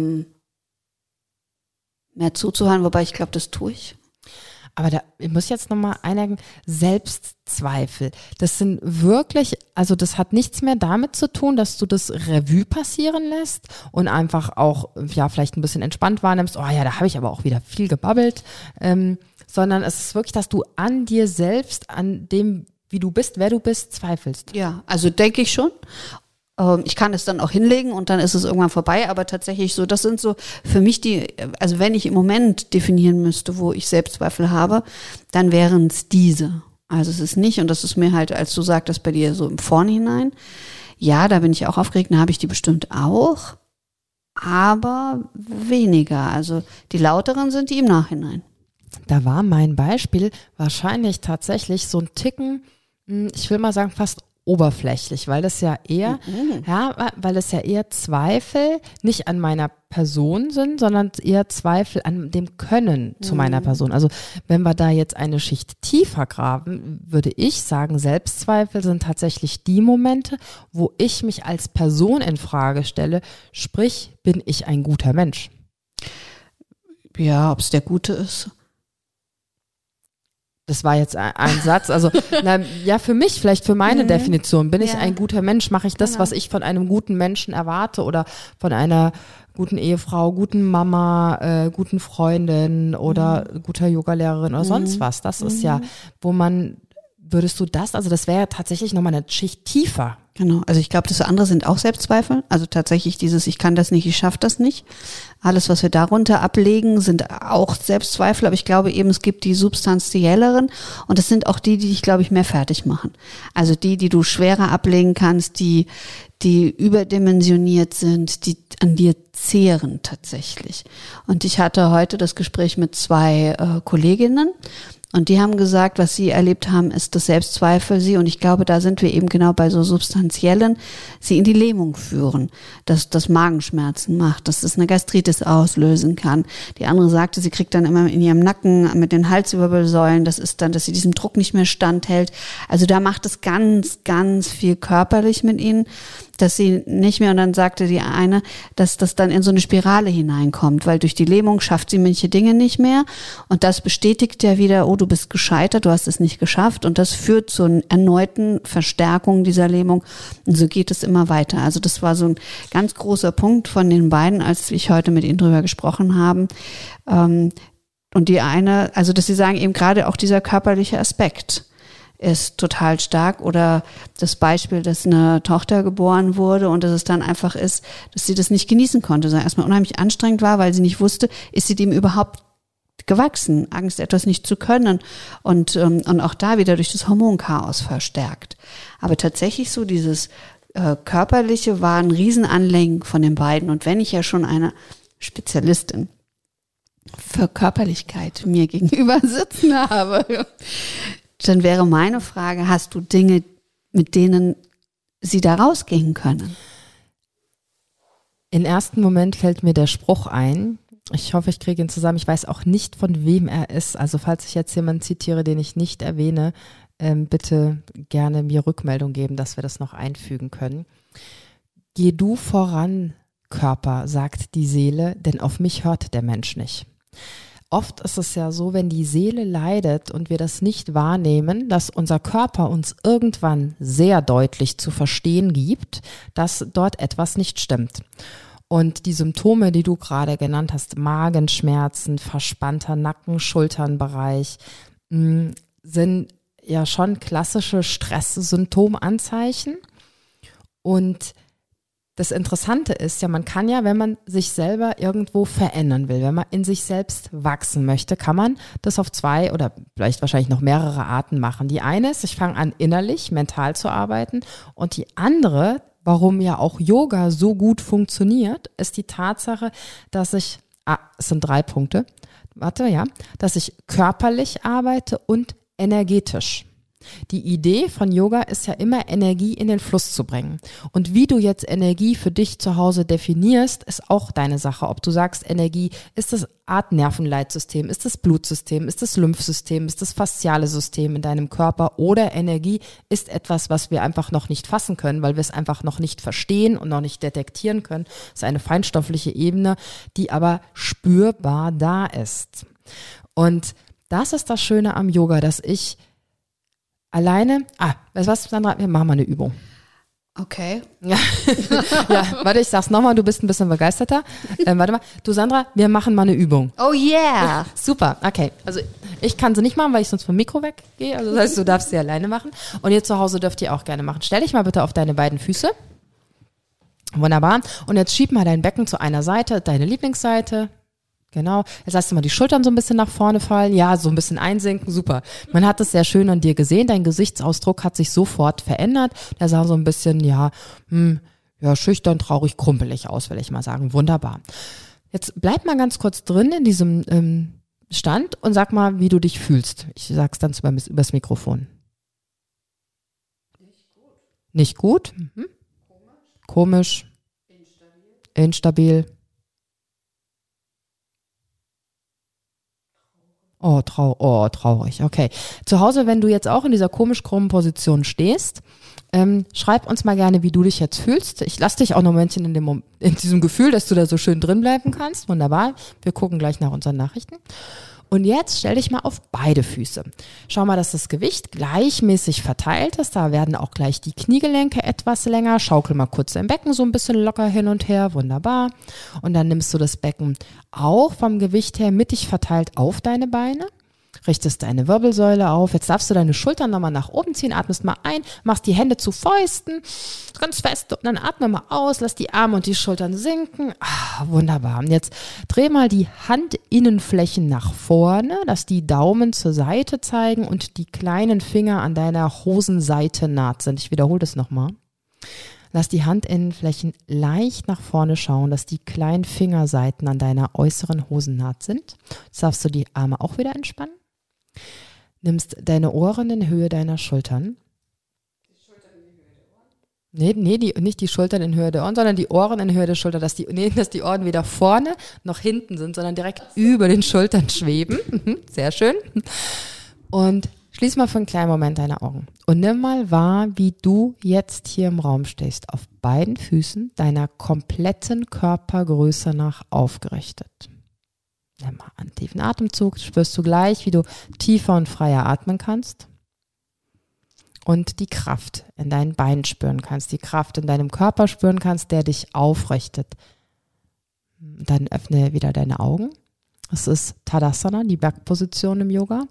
mehr zuzuhören, wobei ich glaube, das tue ich. Aber ich muss jetzt nochmal einhaken, Selbstzweifel, das sind wirklich, also das hat nichts mehr damit zu tun, dass du das Revue passieren lässt und einfach auch, vielleicht ein bisschen entspannt wahrnimmst, da habe ich aber auch wieder viel gebabbelt, sondern es ist wirklich, dass du an dir selbst, an dem, wie du bist, wer du bist, zweifelst. Ja, also denke ich schon. Ich kann es dann auch hinlegen und dann ist es irgendwann vorbei, aber tatsächlich so, das sind so für mich also wenn ich im Moment definieren müsste, wo ich Selbstzweifel habe, dann wären es diese. Also es ist nicht, und das ist mir halt, als du sagtest bei dir so im Vornhinein, ja, da bin ich auch aufgeregt, dann habe ich die bestimmt auch, aber weniger. Also die lauteren sind die im Nachhinein. Da war mein Beispiel wahrscheinlich tatsächlich so ein Ticken, ich will mal sagen, fast oberflächlich, weil das ja eher, weil das ja eher Zweifel nicht an meiner Person sind, sondern eher Zweifel an dem Können zu meiner Person. Also wenn wir da jetzt eine Schicht tiefer graben, würde ich sagen, Selbstzweifel sind tatsächlich die Momente, wo ich mich als Person in Frage stelle, sprich, bin ich ein guter Mensch? Ja, ob es der Gute ist. Das war jetzt ein Satz, also für mich, vielleicht für meine Definition, bin ich ein guter Mensch, mache ich das, was ich von einem guten Menschen erwarte oder von einer guten Ehefrau, guten Mama, guten Freundin oder guter Yogalehrerin oder sonst was. Das ist ja, würdest du das, also das wäre ja tatsächlich nochmal eine Schicht tiefer, Genau, also ich glaube, das andere sind auch Selbstzweifel. Also tatsächlich dieses, ich kann das nicht, ich schaffe das nicht. Alles, was wir darunter ablegen, sind auch Selbstzweifel. Aber ich glaube eben, es gibt die substanzielleren und das sind auch die dich, glaube ich, mehr fertig machen. Also die du schwerer ablegen kannst, die überdimensioniert sind, die an dir zehren tatsächlich. Und ich hatte heute das Gespräch mit 2 Kolleginnen. Und die haben gesagt, was sie erlebt haben, ist das Selbstzweifel sie, und ich glaube, da sind wir eben genau bei so substanziellen, sie in die Lähmung führen, dass das Magenschmerzen macht, dass das eine Gastritis auslösen kann. Die andere sagte, sie kriegt dann immer in ihrem Nacken mit den Halswirbelsäulen, das ist dann, dass sie diesem Druck nicht mehr standhält. Also da macht es ganz, ganz viel körperlich mit ihnen, dass sie nicht mehr, und dann sagte die eine, dass das dann in so eine Spirale hineinkommt, weil durch die Lähmung schafft sie manche Dinge nicht mehr und das bestätigt ja wieder, oh, du bist gescheitert, du hast es nicht geschafft, und das führt zu einer erneuten Verstärkung dieser Lähmung und so geht es immer weiter. Also das war so ein ganz großer Punkt von den beiden, als ich heute mit ihnen drüber gesprochen habe. Und die eine, also dass sie sagen, eben gerade auch dieser körperliche Aspekt ist total stark, oder das Beispiel, dass eine Tochter geboren wurde und dass es dann einfach ist, dass sie das nicht genießen konnte, sondern erstmal unheimlich anstrengend war, weil sie nicht wusste, ist sie dem überhaupt gewachsen, Angst, etwas nicht zu können, und auch da wieder durch das Hormonchaos verstärkt. Aber tatsächlich so dieses Körperliche war ein Riesenanliegen von den beiden, und wenn ich ja schon eine Spezialistin für Körperlichkeit mir gegenüber sitzen habe, dann wäre meine Frage, hast du Dinge, mit denen sie da rausgehen können? Im ersten Moment fällt mir der Spruch ein. Ich hoffe, ich kriege ihn zusammen. Ich weiß auch nicht, von wem er ist. Also falls ich jetzt jemanden zitiere, den ich nicht erwähne, bitte gerne mir Rückmeldung geben, dass wir das noch einfügen können. Geh du voran, Körper, sagt die Seele, denn auf mich hört der Mensch nicht. Oft ist es ja so, wenn die Seele leidet und wir das nicht wahrnehmen, dass unser Körper uns irgendwann sehr deutlich zu verstehen gibt, dass dort etwas nicht stimmt. Und die Symptome, die du gerade genannt hast, Magenschmerzen, verspannter Nacken, Schulternbereich, sind ja schon klassische Stresssymptomanzeichen. Und das Interessante ist ja, man kann ja, wenn man sich selber irgendwo verändern will, wenn man in sich selbst wachsen möchte, kann man das auf 2 oder vielleicht wahrscheinlich noch mehrere Arten machen. Die eine ist, ich fange an, innerlich, mental zu arbeiten, und die andere, warum ja auch Yoga so gut funktioniert, ist die Tatsache, dass es sind 3 Punkte, dass ich körperlich arbeite und energetisch. Die Idee von Yoga ist ja immer, Energie in den Fluss zu bringen. Und wie du jetzt Energie für dich zu Hause definierst, ist auch deine Sache. Ob du sagst, Energie ist das Art Nervenleitsystem, ist das Blutsystem, ist das Lymphsystem, ist das fasziale System in deinem Körper, oder Energie ist etwas, was wir einfach noch nicht fassen können, weil wir es einfach noch nicht verstehen und noch nicht detektieren können. Das ist eine feinstoffliche Ebene, die aber spürbar da ist. Und das ist das Schöne am Yoga, dass ich alleine, weißt du was, Sandra, wir machen mal eine Übung. Okay. Ja, warte, ich sag's nochmal, du bist ein bisschen begeisterter. Warte mal, du Sandra, wir machen mal eine Übung. Oh yeah. Super, okay. Also ich kann sie nicht machen, weil ich sonst vom Mikro weggehe. Also das heißt, du darfst sie alleine machen. Und ihr zu Hause dürft ihr auch gerne machen. Stell dich mal bitte auf deine beiden Füße. Wunderbar. Und jetzt schieb mal dein Becken zu einer Seite, deine Lieblingsseite. Genau. Jetzt lässt du mal die Schultern so ein bisschen nach vorne fallen. Ja, so ein bisschen einsinken. Super. Man hat es sehr schön an dir gesehen. Dein Gesichtsausdruck hat sich sofort verändert. Der sah so ein bisschen, schüchtern, traurig, krumpelig aus, will ich mal sagen. Wunderbar. Jetzt bleib mal ganz kurz drin in diesem Stand und sag mal, wie du dich fühlst. Ich sag's dann übers Mikrofon. Nicht gut? Mhm. Komisch. Instabil. Oh, traurig, okay. Zu Hause, wenn du jetzt auch in dieser komisch krummen Position stehst, schreib uns mal gerne, wie du dich jetzt fühlst. Ich lasse dich auch noch ein Momentchen in diesem Gefühl, dass du da so schön drin bleiben kannst. Wunderbar. Wir gucken gleich nach unseren Nachrichten. Und jetzt stell dich mal auf beide Füße. Schau mal, dass das Gewicht gleichmäßig verteilt ist. Da werden auch gleich die Kniegelenke etwas länger. Schaukel mal kurz dein Becken so ein bisschen locker hin und her. Wunderbar. Und dann nimmst du das Becken auch vom Gewicht her mittig verteilt auf deine Beine. richtest deine Wirbelsäule auf. Jetzt darfst du deine Schultern nochmal nach oben ziehen, atmest mal ein, machst die Hände zu Fäusten, ganz fest und dann atme mal aus, lass die Arme und die Schultern sinken. Wunderbar. Und jetzt dreh mal die Handinnenflächen nach vorne, dass die Daumen zur Seite zeigen und die kleinen Finger an deiner Hosenseite naht sind. Ich wiederhole das nochmal. Lass die Handinnenflächen leicht nach vorne schauen, dass die kleinen Fingerseiten an deiner äußeren Hosennaht sind. Jetzt darfst du die Arme auch wieder entspannen. Nimmst deine Ohren in Höhe deiner Schultern. Die Schultern in Höhe der Ohren? Nee, nicht die Schultern in Höhe der Ohren, sondern die Ohren in Höhe der Schultern, dass die Ohren weder vorne noch hinten sind, sondern direkt über den Schultern schweben. Sehr schön. Und schließ mal für einen kleinen Moment deine Augen und nimm mal wahr, wie du jetzt hier im Raum stehst, auf beiden Füßen, deiner kompletten Körpergröße nach aufgerichtet. Nimm mal einen tiefen Atemzug, spürst du gleich, wie du tiefer und freier atmen kannst und die Kraft in deinen Beinen spüren kannst, die Kraft in deinem Körper spüren kannst, der dich aufrichtet. Dann öffne wieder deine Augen. Das ist Tadasana, die Bergposition im Yoga.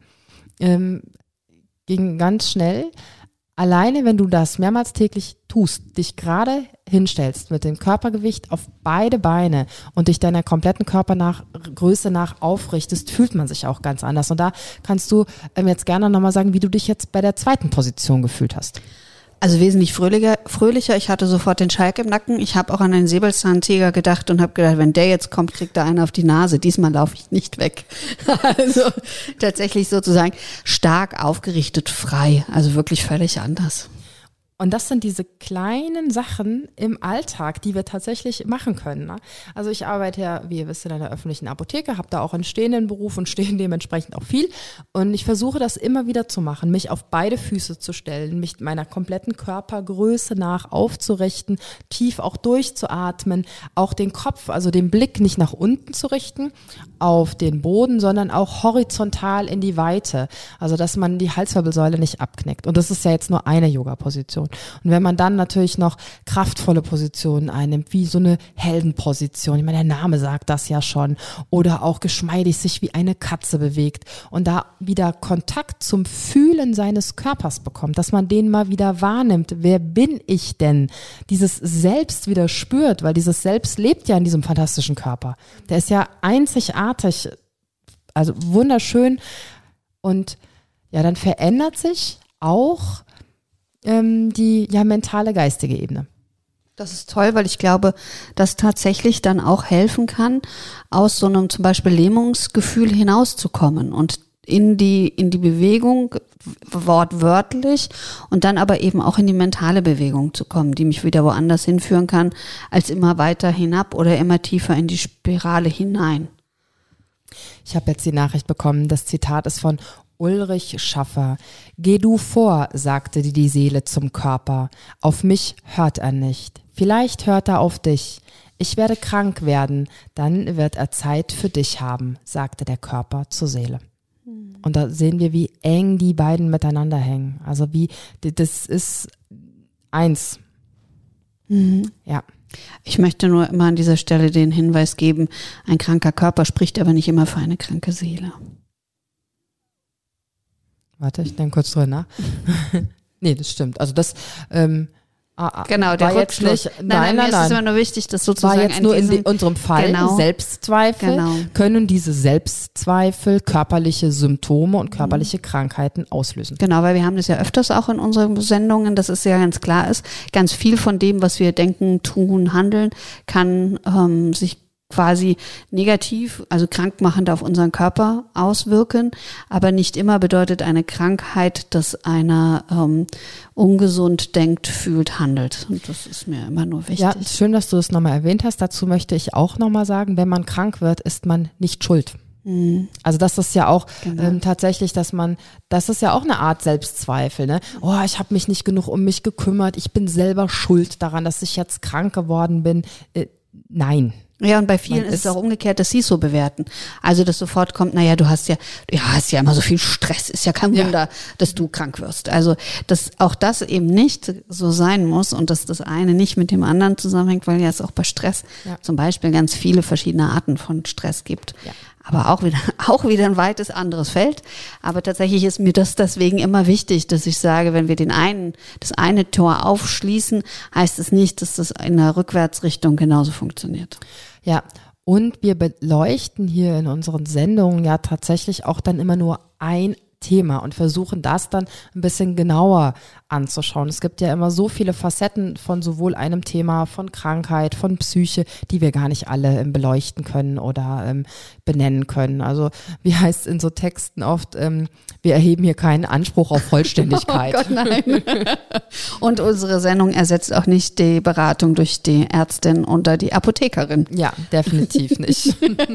Ging ganz schnell. Alleine, wenn du das mehrmals täglich tust, dich gerade hinstellst mit dem Körpergewicht auf beide Beine und dich deiner kompletten Körpergröße nach aufrichtest, fühlt man sich auch ganz anders. Und da kannst du jetzt gerne nochmal sagen, wie du dich jetzt bei der zweiten Position gefühlt hast. Also wesentlich fröhlicher. Ich hatte sofort den Schalk im Nacken. Ich habe auch an einen Säbelzahntiger gedacht und habe gedacht, wenn der jetzt kommt, kriegt er einen auf die Nase. Diesmal laufe ich nicht weg. Also tatsächlich sozusagen stark aufgerichtet, frei. Also wirklich völlig anders. Und das sind diese kleinen Sachen im Alltag, die wir tatsächlich machen können. Ne? Also ich arbeite ja, wie ihr wisst, in einer öffentlichen Apotheke, habe da auch einen stehenden Beruf und stehe dementsprechend auch viel. Und ich versuche das immer wieder zu machen, mich auf beide Füße zu stellen, mich meiner kompletten Körpergröße nach aufzurichten, tief auch durchzuatmen, auch den Kopf, also den Blick nicht nach unten zu richten auf den Boden, sondern auch horizontal in die Weite. Also dass man die Halswirbelsäule nicht abknickt. Und das ist ja jetzt nur eine Yoga-Position. Und wenn man dann natürlich noch kraftvolle Positionen einnimmt, wie so eine Heldenposition, ich meine, der Name sagt das ja schon, oder auch geschmeidig sich wie eine Katze bewegt und da wieder Kontakt zum Fühlen seines Körpers bekommt, dass man den mal wieder wahrnimmt. Wer bin ich denn? Dieses Selbst wieder spürt, weil dieses Selbst lebt ja in diesem fantastischen Körper. Der ist ja einzigartig, also wunderschön. Und ja, dann verändert sich auch die mentale, geistige Ebene. Das ist toll, weil ich glaube, dass tatsächlich dann auch helfen kann, aus so einem zum Beispiel Lähmungsgefühl hinauszukommen und in die Bewegung, wortwörtlich, und dann aber eben auch in die mentale Bewegung zu kommen, die mich wieder woanders hinführen kann, als immer weiter hinab oder immer tiefer in die Spirale hinein. Ich habe jetzt die Nachricht bekommen, das Zitat ist von Ulrich Schaffer. Geh du vor, sagte die Seele zum Körper. Auf mich hört er nicht. Vielleicht hört er auf dich. Ich werde krank werden, dann wird er Zeit für dich haben, sagte der Körper zur Seele. Und da sehen wir, wie eng die beiden miteinander hängen. Also das ist eins. Ja. Ich möchte nur immer an dieser Stelle den Hinweis geben, ein kranker Körper spricht aber nicht immer für eine kranke Seele. Warte, ich denke kurz drüber nach. Nee, das stimmt. Also das genau, der Rückschluss. Nein, mir ist es immer nur wichtig, dass sozusagen war jetzt nur in unserem Fall Selbstzweifel, können diese Selbstzweifel körperliche Symptome und körperliche Krankheiten auslösen. Genau, weil wir haben das ja öfters auch in unseren Sendungen, dass es ja ganz klar ist, ganz viel von dem, was wir denken, tun, handeln, kann sich quasi negativ, also krankmachend auf unseren Körper auswirken, aber nicht immer bedeutet eine Krankheit, dass einer ungesund denkt, fühlt, handelt. Und das ist mir immer nur wichtig. Ja, schön, dass du das nochmal erwähnt hast. Dazu möchte ich auch nochmal sagen, wenn man krank wird, ist man nicht schuld. Also das ist ja auch tatsächlich, das ist ja auch eine Art Selbstzweifel, ne? Oh, ich habe mich nicht genug um mich gekümmert, ich bin selber schuld daran, dass ich jetzt krank geworden bin. Nein. Ja, und bei vielen ist es auch umgekehrt, dass sie es so bewerten. Also, dass sofort kommt, naja, du hast ja immer so viel Stress, ist ja kein Wunder, dass du krank wirst. Also, dass auch das eben nicht so sein muss und dass das eine nicht mit dem anderen zusammenhängt, weil ja es auch bei Stress zum Beispiel ganz viele verschiedene Arten von Stress gibt. Ja. aber auch wieder ein weites anderes Feld. Aber tatsächlich ist mir das deswegen immer wichtig, dass ich sage, wenn wir das eine Tor aufschließen, heißt es nicht, dass das in der Rückwärtsrichtung genauso funktioniert. Ja, und wir beleuchten hier in unseren Sendungen ja tatsächlich auch dann immer nur ein Thema und versuchen das dann ein bisschen genauer anzuschauen. Es gibt ja immer so viele Facetten von sowohl einem Thema, von Krankheit, von Psyche, die wir gar nicht alle beleuchten können oder benennen können. Also wie heißt es in so Texten oft, wir erheben hier keinen Anspruch auf Vollständigkeit. Oh Gott, nein. Und unsere Sendung ersetzt auch nicht die Beratung durch die Ärztin oder die Apothekerin. Ja, definitiv nicht.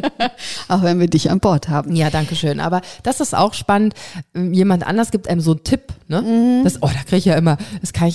Auch wenn wir dich an Bord haben. Ja, danke schön. Aber das ist auch spannend. Jemand anders gibt einem so einen Tipp, ne? Da kriege ich ja immer, kann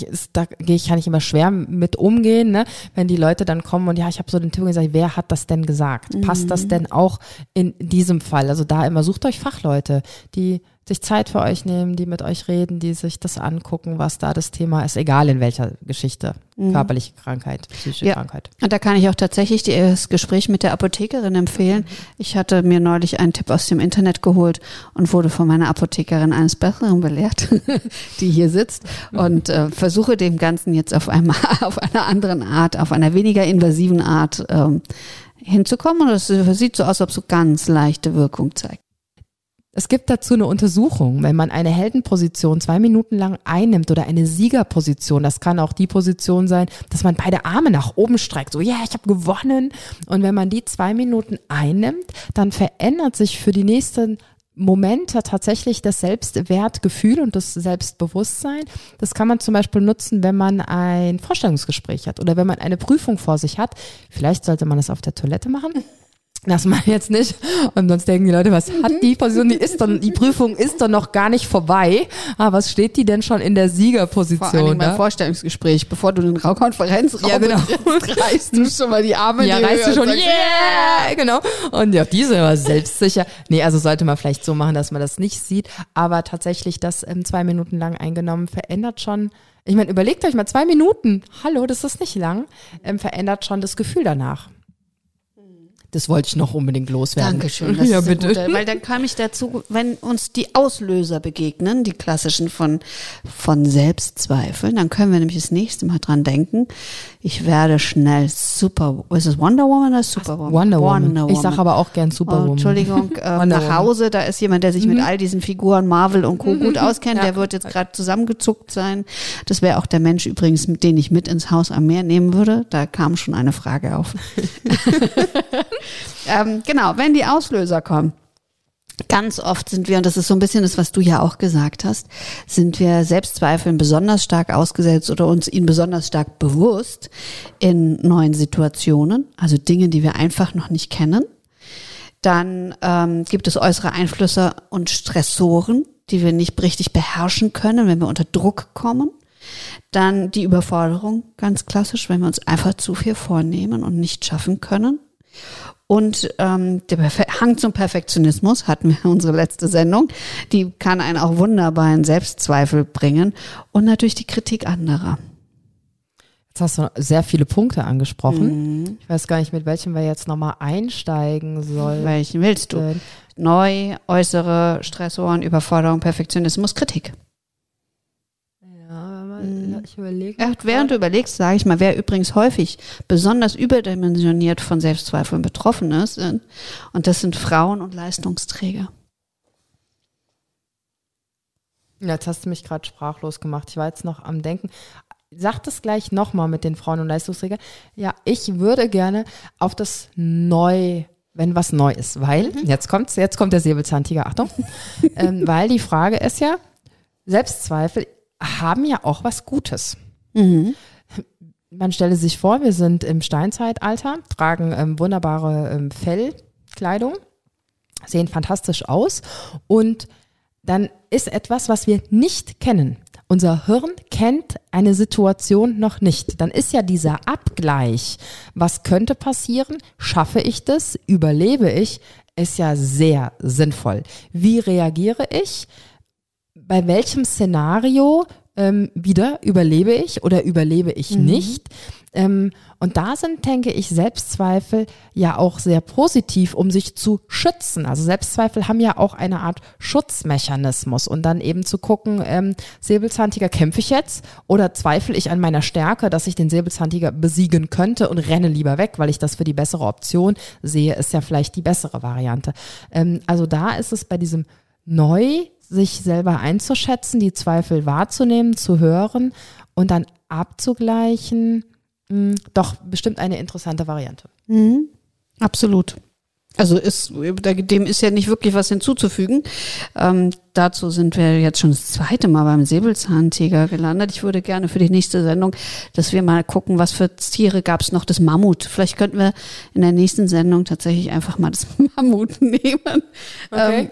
ich immer schwer mit umgehen, ne? Wenn die Leute dann kommen und ich habe so den Tipp gesagt, wer hat das denn gesagt? Passt das denn auch in diesem Fall? Also da immer, sucht euch Fachleute, die sich Zeit für euch nehmen, die mit euch reden, die sich das angucken, was da das Thema ist, egal in welcher Geschichte, körperliche Krankheit, psychische Krankheit. Und da kann ich auch tatsächlich das Gespräch mit der Apothekerin empfehlen. Ich hatte mir neulich einen Tipp aus dem Internet geholt und wurde von meiner Apothekerin eines Besseren belehrt, die hier sitzt, und versuche dem Ganzen jetzt auf einer anderen Art, auf einer weniger invasiven Art hinzukommen. Und es sieht so aus, als ob es so ganz leichte Wirkung zeigt. Es gibt dazu eine Untersuchung, wenn man eine Heldenposition 2 Minuten lang einnimmt oder eine Siegerposition, das kann auch die Position sein, dass man beide Arme nach oben streckt, so ja, ich habe gewonnen. Und wenn man die 2 Minuten einnimmt, dann verändert sich für die nächsten Momente tatsächlich das Selbstwertgefühl und das Selbstbewusstsein. Das kann man zum Beispiel nutzen, wenn man ein Vorstellungsgespräch hat oder wenn man eine Prüfung vor sich hat. Vielleicht sollte man das auf der Toilette machen. Das mache ich jetzt nicht. Und sonst denken die Leute, was hat die Position? Die Prüfung ist doch noch gar nicht vorbei. Aber was steht die denn schon in der Siegerposition? Vor allem beim Vorstellungsgespräch, bevor du den Konferenzraum betrittst, reißt du schon mal die Arme in die Höhe. Ja, reißt du schon, yeah, genau. Und ja, die sind aber selbstsicher. Nee, also sollte man vielleicht so machen, dass man das nicht sieht. Aber tatsächlich das 2 Minuten lang eingenommen verändert schon, ich meine, überlegt euch mal 2 Minuten. Hallo, das ist nicht lang. Verändert schon das Gefühl danach. Das wollte ich noch unbedingt loswerden. Dankeschön. Das ist bitte. Gut, weil dann kam ich dazu, wenn uns die Auslöser begegnen, die klassischen von Selbstzweifeln, dann können wir nämlich das nächste Mal dran denken. Ich werde schnell ist es Wonder Woman oder Superwoman? Wonder Woman. Ich sage aber auch gern Superwoman. Entschuldigung, nach Hause, da ist jemand, der sich mit all diesen Figuren Marvel und Co. gut auskennt, der wird jetzt gerade zusammengezuckt sein. Das wäre auch der Mensch übrigens, den ich mit ins Haus am Meer nehmen würde. Da kam schon eine Frage auf. Genau, wenn die Auslöser kommen, ganz oft sind wir, und das ist so ein bisschen das, was du ja auch gesagt hast, sind wir Selbstzweifeln besonders stark ausgesetzt oder uns ihnen besonders stark bewusst in neuen Situationen, also Dinge, die wir einfach noch nicht kennen. Dann gibt es äußere Einflüsse und Stressoren, die wir nicht richtig beherrschen können, wenn wir unter Druck kommen. Dann die Überforderung, ganz klassisch, wenn wir uns einfach zu viel vornehmen und nicht schaffen können. Und der Hang zum Perfektionismus, hatten wir unsere letzte Sendung, die kann einen auch wunderbar in Selbstzweifel bringen. Und natürlich die Kritik anderer. Jetzt hast du sehr viele Punkte angesprochen. Ich weiß gar nicht, mit welchem wir jetzt nochmal einsteigen sollen. Welchen willst du? Neu, äußere Stressoren, Überforderung, Perfektionismus, Kritik. Ich überlege. Während du überlegst, sage ich mal, wer übrigens häufig besonders überdimensioniert von Selbstzweifeln betroffen ist, und das sind Frauen und Leistungsträger. Jetzt hast du mich gerade sprachlos gemacht. Ich war jetzt noch am Denken. Sag das gleich nochmal mit den Frauen und Leistungsträgern. Ja, ich würde gerne auf das Neu, wenn was neu ist, weil, jetzt kommt der Säbelzahntiger, Achtung, weil die Frage ist ja, Selbstzweifel haben ja auch was Gutes. Man stelle sich vor, wir sind im Steinzeitalter, tragen wunderbare Fellkleidung, sehen fantastisch aus und dann ist etwas, was wir nicht kennen. Unser Hirn kennt eine Situation noch nicht. Dann ist ja dieser Abgleich, was könnte passieren, schaffe ich das, überlebe ich, ist ja sehr sinnvoll. Wie reagiere ich? Bei welchem Szenario wieder, überlebe ich oder überlebe ich nicht? Und da sind, denke ich, Selbstzweifel ja auch sehr positiv, um sich zu schützen. Also Selbstzweifel haben ja auch eine Art Schutzmechanismus und dann eben zu gucken, Säbelzahntiger, kämpfe ich jetzt oder zweifle ich an meiner Stärke, dass ich den Säbelzahntiger besiegen könnte und renne lieber weg, weil ich das für die bessere Option sehe, ist ja vielleicht die bessere Variante. Also da ist es bei diesem neu sich selber einzuschätzen, die Zweifel wahrzunehmen, zu hören und dann abzugleichen, doch bestimmt eine interessante Variante. Absolut. Also dem ist ja nicht wirklich was hinzuzufügen. Dazu sind wir jetzt schon das 2. Mal beim Säbelzahntiger gelandet. Ich würde gerne für die nächste Sendung, dass wir mal gucken, was für Tiere gab es noch, das Mammut. Vielleicht könnten wir in der nächsten Sendung tatsächlich einfach mal das Mammut nehmen, okay.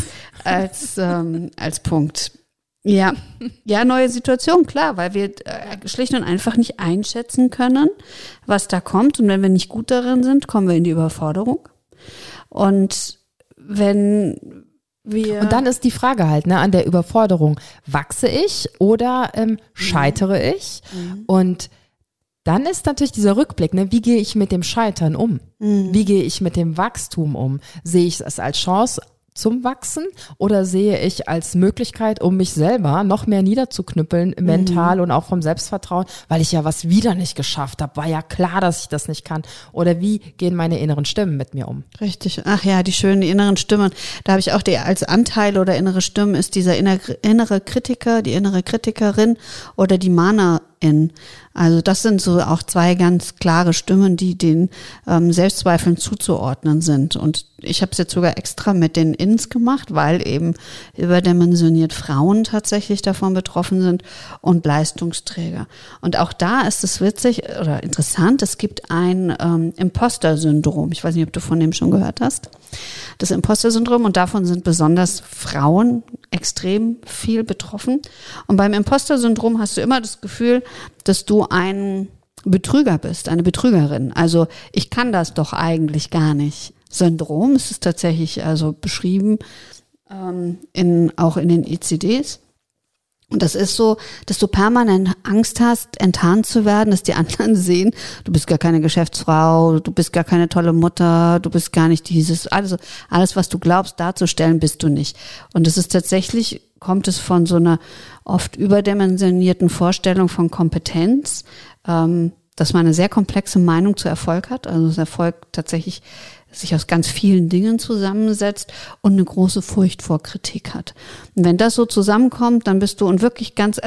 als Punkt. Ja, neue Situation, klar, weil wir schlicht und einfach nicht einschätzen können, was da kommt. Und wenn wir nicht gut darin sind, kommen wir in die Überforderung. Und wenn wir... Und dann ist die Frage halt, an der Überforderung, wachse ich oder scheitere ich? Und dann ist natürlich dieser Rückblick, wie gehe ich mit dem Scheitern um? Wie gehe ich mit dem Wachstum um? Sehe ich es als Chance zum Wachsen oder sehe ich als Möglichkeit, um mich selber noch mehr niederzuknüppeln, mental und auch vom Selbstvertrauen, weil ich ja was wieder nicht geschafft habe, war ja klar, dass ich das nicht kann. Oder wie gehen meine inneren Stimmen mit mir um? Richtig. Ach ja, die schönen inneren Stimmen. Da habe ich auch als Anteil oder innere Stimmen ist dieser innere Kritiker, die innere Kritikerin oder die Mahnerin. Also das sind so auch 2 ganz klare Stimmen, die den Selbstzweifeln zuzuordnen sind. Und ich habe es jetzt sogar extra mit den Ins gemacht, weil eben überdimensioniert Frauen tatsächlich davon betroffen sind und Leistungsträger. Und auch da ist es witzig oder interessant, es gibt ein Imposter-Syndrom. Ich weiß nicht, ob du von dem schon gehört hast. Das Imposter-Syndrom, und davon sind besonders Frauen extrem viel betroffen. Und beim Imposter-Syndrom hast du immer das Gefühl, dass du ein Betrüger bist, eine Betrügerin. Also ich kann das doch eigentlich gar nicht. Syndrom ist es tatsächlich also beschrieben, auch in den ECDs. Und das ist so, dass du permanent Angst hast, enttarnt zu werden, dass die anderen sehen, du bist gar keine Geschäftsfrau, du bist gar keine tolle Mutter, du bist gar nicht dieses, also alles, was du glaubst darzustellen, bist du nicht. Und es ist tatsächlich, kommt es von so einer oft überdimensionierten Vorstellung von Kompetenz, dass man eine sehr komplexe Meinung zu Erfolg hat, also das Erfolg tatsächlich sich aus ganz vielen Dingen zusammensetzt und eine große Furcht vor Kritik hat. Und wenn das so zusammenkommt, dann bist du und wirklich ganz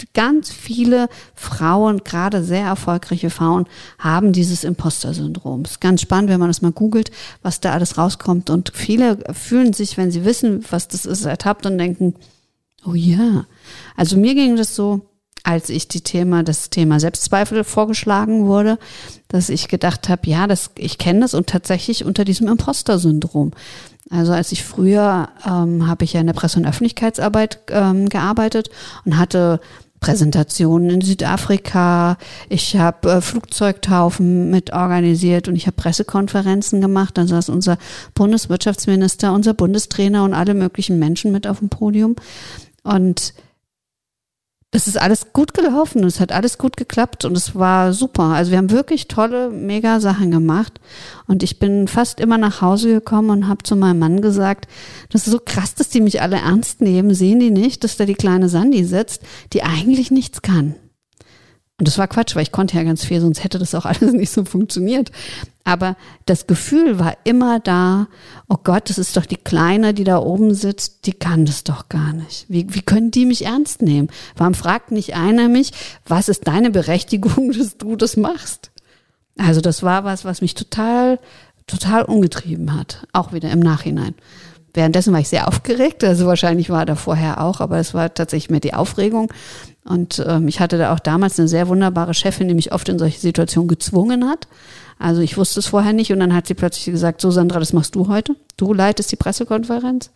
viele Frauen, gerade sehr erfolgreiche Frauen, haben dieses Imposter-Syndrom. Es ist ganz spannend, wenn man das mal googelt, was da alles rauskommt. Und viele fühlen sich, wenn sie wissen, was das ist, ertappt und denken, oh ja. Also mir ging das so, als ich das Thema Selbstzweifel vorgeschlagen wurde, dass ich gedacht habe, ja, ich kenne das und tatsächlich unter diesem Imposter-Syndrom. Also als ich früher, habe ich ja in der Presse- und Öffentlichkeitsarbeit gearbeitet und hatte Präsentationen in Südafrika, ich habe Flugzeugtaufen mit organisiert und ich habe Pressekonferenzen gemacht. Dann saß unser Bundeswirtschaftsminister, unser Bundestrainer und alle möglichen Menschen mit auf dem Podium. Und das ist alles gut gelaufen, es hat alles gut geklappt und es war super. Also wir haben wirklich tolle, mega Sachen gemacht und ich bin fast immer nach Hause gekommen und habe zu meinem Mann gesagt, das ist so krass, dass die mich alle ernst nehmen, sehen die nicht, dass da die kleine Sandy sitzt, die eigentlich nichts kann. Und das war Quatsch, weil ich konnte ja ganz viel, sonst hätte das auch alles nicht so funktioniert. Aber das Gefühl war immer da, oh Gott, das ist doch die Kleine, die da oben sitzt, die kann das doch gar nicht. Wie können die mich ernst nehmen? Warum fragt nicht einer mich, was ist deine Berechtigung, dass du das machst? Also das war was mich total umgetrieben hat, auch wieder im Nachhinein. Währenddessen war ich sehr aufgeregt, also wahrscheinlich war da vorher auch, aber es war tatsächlich mehr die Aufregung. Und ich hatte da auch damals eine sehr wunderbare Chefin, die mich oft in solche Situationen gezwungen hat. Also ich wusste es vorher nicht und dann hat sie plötzlich gesagt, so Sandra, das machst du heute. Du leitest die Pressekonferenz.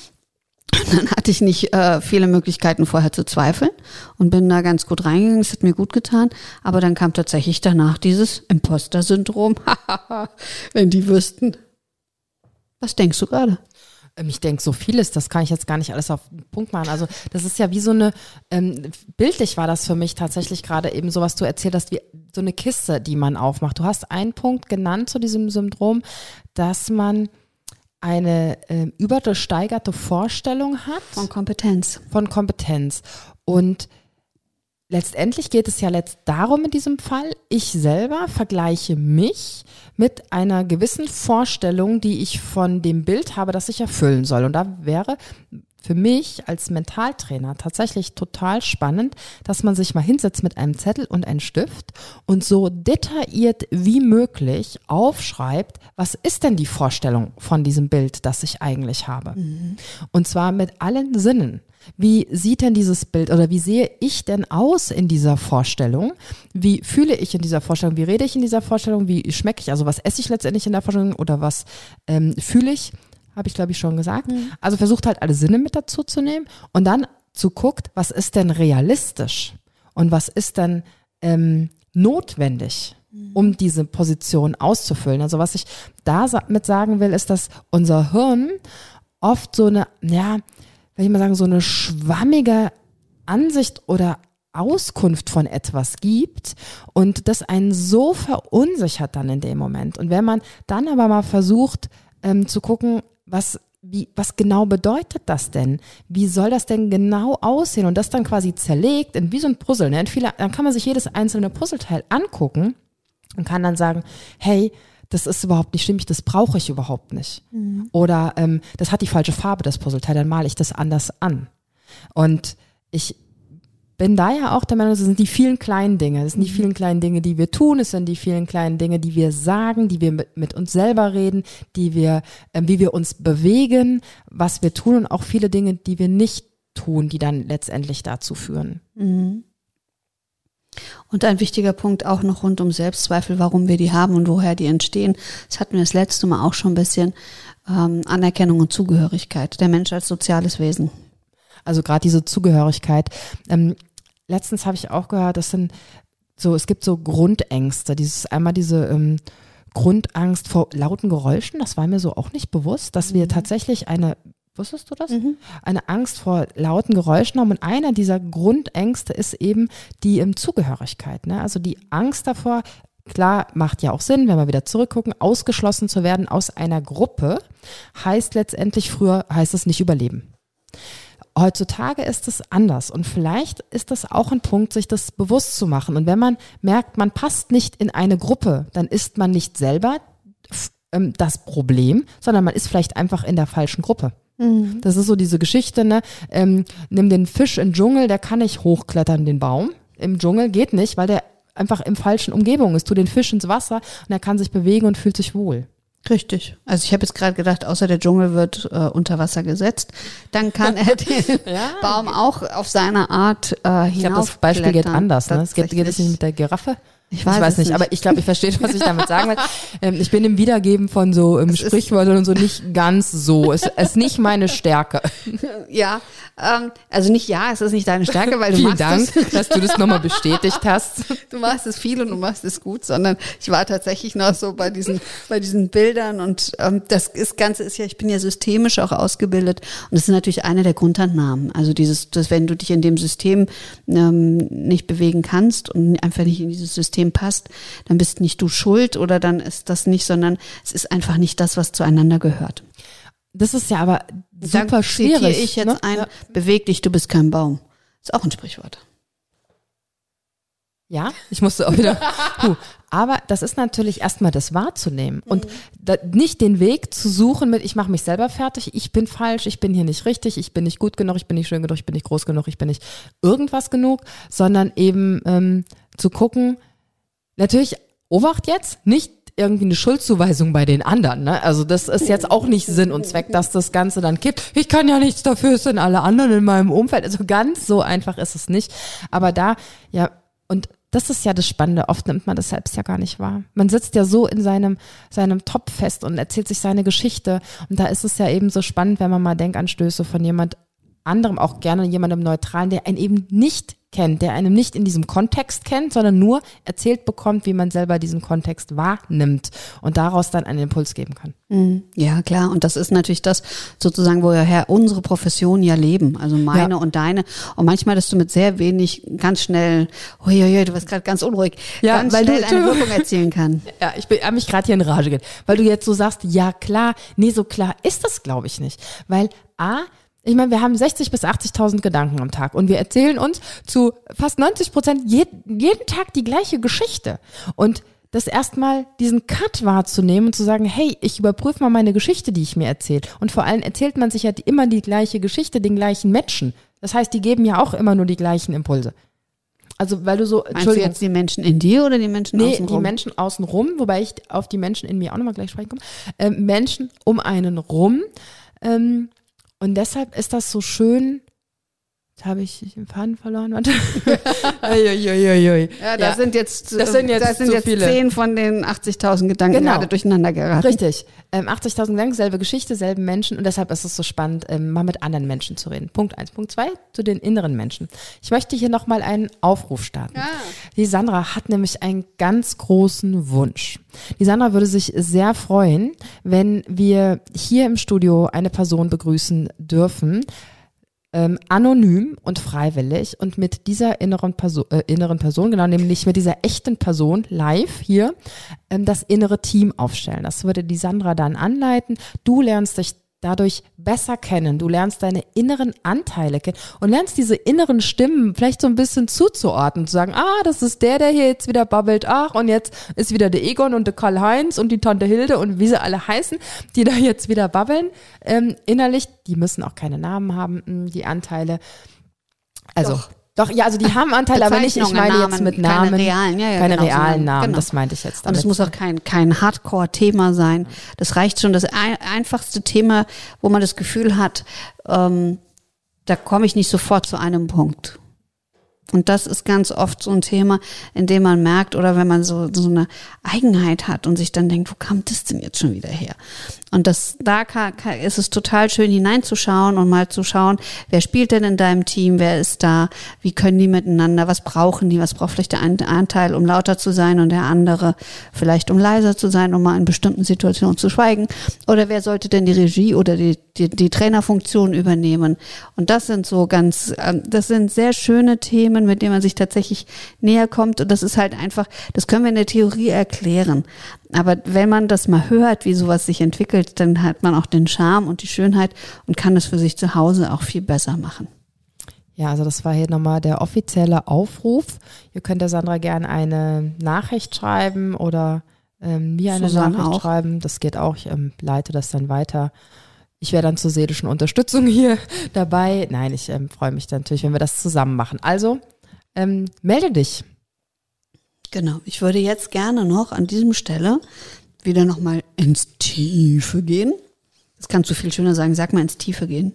Und dann hatte ich nicht viele Möglichkeiten vorher zu zweifeln und bin da ganz gut reingegangen, es hat mir gut getan. Aber dann kam tatsächlich danach dieses Imposter-Syndrom. Wenn die wüssten. Was denkst du gerade? Ich denke, so vieles, das kann ich jetzt gar nicht alles auf den Punkt machen. Also das ist ja wie so eine, bildlich war das für mich tatsächlich gerade eben so, was du erzählt hast, wie so eine Kiste, die man aufmacht. Du hast einen Punkt genannt zu diesem Syndrom, dass man eine übersteigerte Vorstellung hat. Von Kompetenz. Und letztendlich geht es ja darum in diesem Fall, ich selber vergleiche mich mit einer gewissen Vorstellung, die ich von dem Bild habe, das ich erfüllen soll. Und da wäre für mich als Mentaltrainer tatsächlich total spannend, dass man sich mal hinsetzt mit einem Zettel und einem Stift und so detailliert wie möglich aufschreibt, was ist denn die Vorstellung von diesem Bild, das ich eigentlich habe. Mhm. Und zwar mit allen Sinnen. Wie sieht denn dieses Bild oder wie sehe ich denn aus in dieser Vorstellung? Wie fühle ich in dieser Vorstellung? Wie rede ich in dieser Vorstellung? Wie schmecke ich? Also was esse ich letztendlich in der Vorstellung oder was fühle ich? Habe ich, glaube ich, schon gesagt. Mhm. Also versucht halt alle Sinne mit dazu zu nehmen und dann guckt, was ist denn realistisch und was ist denn notwendig, um diese Position auszufüllen. Also was ich damit sagen will, ist, dass unser Hirn oft so eine, will ich mal sagen, so eine schwammige Ansicht oder Auskunft von etwas gibt und das einen so verunsichert dann in dem Moment. Und wenn man dann aber mal versucht zu gucken, was genau bedeutet das denn? Wie soll das denn genau aussehen? Und das dann quasi zerlegt in wie so ein Puzzle. Ne? Dann kann man sich jedes einzelne Puzzleteil angucken und kann dann sagen, hey, das ist überhaupt nicht stimmig, das brauche ich überhaupt nicht. Mhm. Oder das hat die falsche Farbe, das Puzzleteil, dann male ich das anders an. Und ich bin da ja auch der Meinung, das sind die vielen kleinen Dinge. Das sind die vielen kleinen Dinge, die wir tun. Es sind die vielen kleinen Dinge, die wir sagen, die wir mit uns selber reden, wie wir uns bewegen, was wir tun und auch viele Dinge, die wir nicht tun, die dann letztendlich dazu führen. Mhm. Und ein wichtiger Punkt auch noch rund um Selbstzweifel, warum wir die haben und woher die entstehen. Das hatten wir das letzte Mal auch schon ein bisschen. Anerkennung und Zugehörigkeit. Der Mensch als soziales Wesen. Also gerade diese Zugehörigkeit. Letztens habe ich auch gehört, es gibt so Grundängste. Einmal diese Grundangst vor lauten Geräuschen, das war mir so auch nicht bewusst, dass wir tatsächlich wusstest du das? Mhm. Eine Angst vor lauten Geräuschen haben. Und einer dieser Grundängste ist eben die Zugehörigkeit. Ne? Also die Angst davor, klar, macht ja auch Sinn, wenn wir wieder zurückgucken, ausgeschlossen zu werden aus einer Gruppe, früher heißt es nicht überleben. Heutzutage ist es anders und vielleicht ist das auch ein Punkt, sich das bewusst zu machen. Und wenn man merkt, man passt nicht in eine Gruppe, dann ist man nicht selber das Problem, sondern man ist vielleicht einfach in der falschen Gruppe. Mhm. Das ist so diese Geschichte, ne? Nimm den Fisch im Dschungel, der kann nicht hochklettern, den Baum. Im Dschungel geht nicht, weil der einfach im falschen Umgebung ist. Tu den Fisch ins Wasser und er kann sich bewegen und fühlt sich wohl. Richtig. Also ich habe jetzt gerade gedacht, außer der Dschungel wird unter Wasser gesetzt, dann kann er den Baum auch auf seine Art hinaufklettern. Ich glaube, das Beispiel geht anders. Ne? Geht es nicht mit der Giraffe? Ich weiß nicht, aber ich glaube, ich verstehe, was ich damit sagen will. Ich bin im Wiedergeben von so Sprichwörtern und so nicht ganz so. Es ist nicht meine Stärke. Ja, also es ist nicht deine Stärke, weil du Vielen Dank, dass du das nochmal bestätigt hast. Du machst es viel und du machst es gut, sondern ich war tatsächlich noch so bei diesen Bildern und das Ganze ist ja, ich bin ja systemisch auch ausgebildet und das ist natürlich eine der Grundannahmen. Also wenn du dich in dem System nicht bewegen kannst und einfach nicht in dieses System passt, dann bist nicht du schuld oder dann ist das nicht, sondern es ist einfach nicht das, was zueinander gehört. Das ist ja aber super schwierig. Zitiere ich jetzt beweg dich, du bist kein Baum. Ist auch ein Sprichwort. Ja, ich musste auch wieder. Aber das ist natürlich erstmal das wahrzunehmen und nicht den Weg zu suchen mit, ich mache mich selber fertig, ich bin falsch, ich bin hier nicht richtig, ich bin nicht gut genug, ich bin nicht schön genug, ich bin nicht groß genug, ich bin nicht irgendwas genug, sondern eben zu gucken, natürlich, Obacht jetzt, nicht irgendwie eine Schuldzuweisung bei den anderen. Ne? Also das ist jetzt auch nicht Sinn und Zweck, dass das Ganze dann kippt. Ich kann ja nichts dafür, es sind alle anderen in meinem Umfeld. Also ganz so einfach ist es nicht. Aber und das ist ja das Spannende, oft nimmt man das selbst ja gar nicht wahr. Man sitzt ja so in seinem Topf fest und erzählt sich seine Geschichte. Und da ist es ja eben so spannend, wenn man mal Denkanstöße von jemand anderem, auch gerne jemandem Neutralen, der einen eben nicht kennt, der einem nicht in diesem Kontext kennt, sondern nur erzählt bekommt, wie man selber diesen Kontext wahrnimmt und daraus dann einen Impuls geben kann. Ja, klar. Und das ist natürlich das sozusagen, woher unsere Profession ja leben. Also meine und deine. Und manchmal, dass du mit sehr wenig ganz schnell, du wirst gerade ganz unruhig, ganz weil schnell eine Wirkung erzielen kann. Ja, ich habe mich gerade hier in Rage geredet, weil du jetzt so sagst, ja klar, nee, so klar ist das, glaube ich, nicht. Weil ich meine, wir haben 60.000 bis 80.000 Gedanken am Tag und wir erzählen uns zu fast 90% jeden Tag die gleiche Geschichte. Und das erstmal diesen Cut wahrzunehmen und zu sagen, hey, ich überprüfe mal meine Geschichte, die ich mir erzähle. Und vor allem erzählt man sich ja immer die gleiche Geschichte, den gleichen Menschen. Das heißt, die geben ja auch immer nur die gleichen Impulse. Also, weil du so, Meinst du jetzt die Menschen in dir oder die Menschen außenrum? Nee, die Menschen außenrum, wobei ich auf die Menschen in mir auch nochmal gleich sprechen komme. Menschen um einen rum. Und deshalb ist das so schön. Jetzt habe ich den Faden verloren. Warte. Ja, das sind jetzt zu viele. 10 von den 80.000 Gedanken gerade durcheinander geraten. Richtig. 80.000 Gedanken, selbe Geschichte, selben Menschen. Und deshalb ist es so spannend, mal mit anderen Menschen zu reden. Punkt 1. Punkt 2, zu den inneren Menschen. Ich möchte hier nochmal einen Aufruf starten. Ja. Die Sandra hat nämlich einen ganz großen Wunsch. Die Sandra würde sich sehr freuen, wenn wir hier im Studio eine Person begrüßen dürfen, anonym und freiwillig und mit dieser inneren Person, genau, nämlich mit dieser echten Person live hier, das innere Team aufstellen. Das würde die Sandra dann anleiten. Du lernst dich dadurch besser kennen. Du lernst deine inneren Anteile kennen und lernst diese inneren Stimmen vielleicht so ein bisschen zuzuordnen, zu sagen, das ist der hier jetzt wieder babbelt, und jetzt ist wieder der Egon und der Karl-Heinz und die Tante Hilde und wie sie alle heißen, die da jetzt wieder babbeln. Innerlich, die müssen auch keine Namen haben, die Anteile. Also Doch, ja, also die haben Anteile, aber nicht, ich meine jetzt mit Namen. Keine realen, keine realen Namen, genau. Das meinte ich jetzt damit. Und es muss auch kein Hardcore-Thema sein. Das reicht schon, das einfachste Thema, wo man das Gefühl hat, da komme ich nicht sofort zu einem Punkt. Und das ist ganz oft so ein Thema, in dem man merkt, oder wenn man so eine Eigenheit hat und sich dann denkt, wo kam das denn jetzt schon wieder her? Und da ist es total schön hineinzuschauen und mal zu schauen, wer spielt denn in deinem Team, wer ist da, wie können die miteinander, was brauchen die, was braucht vielleicht der Anteil, um lauter zu sein und der andere vielleicht um leiser zu sein, um mal in bestimmten Situationen zu schweigen, oder wer sollte denn die Regie oder die Trainerfunktion übernehmen? Und das sind das sind sehr schöne Themen, mit denen man sich tatsächlich näher kommt, und das ist halt einfach, das können wir in der Theorie erklären. Aber wenn man das mal hört, wie sowas sich entwickelt, dann hat man auch den Charme und die Schönheit und kann es für sich zu Hause auch viel besser machen. Ja, also das war hier nochmal der offizielle Aufruf. Ihr könnt der Sandra gerne eine Nachricht schreiben oder mir eine Nachricht schreiben. Das geht auch, ich leite das dann weiter. Ich wäre dann zur seelischen Unterstützung hier dabei. Nein, ich freue mich dann natürlich, wenn wir das zusammen machen. Also, melde dich. Genau, ich würde jetzt gerne noch an diesem Stelle wieder nochmal ins Tiefe gehen. Das kannst du viel schöner sagen, sag mal ins Tiefe gehen.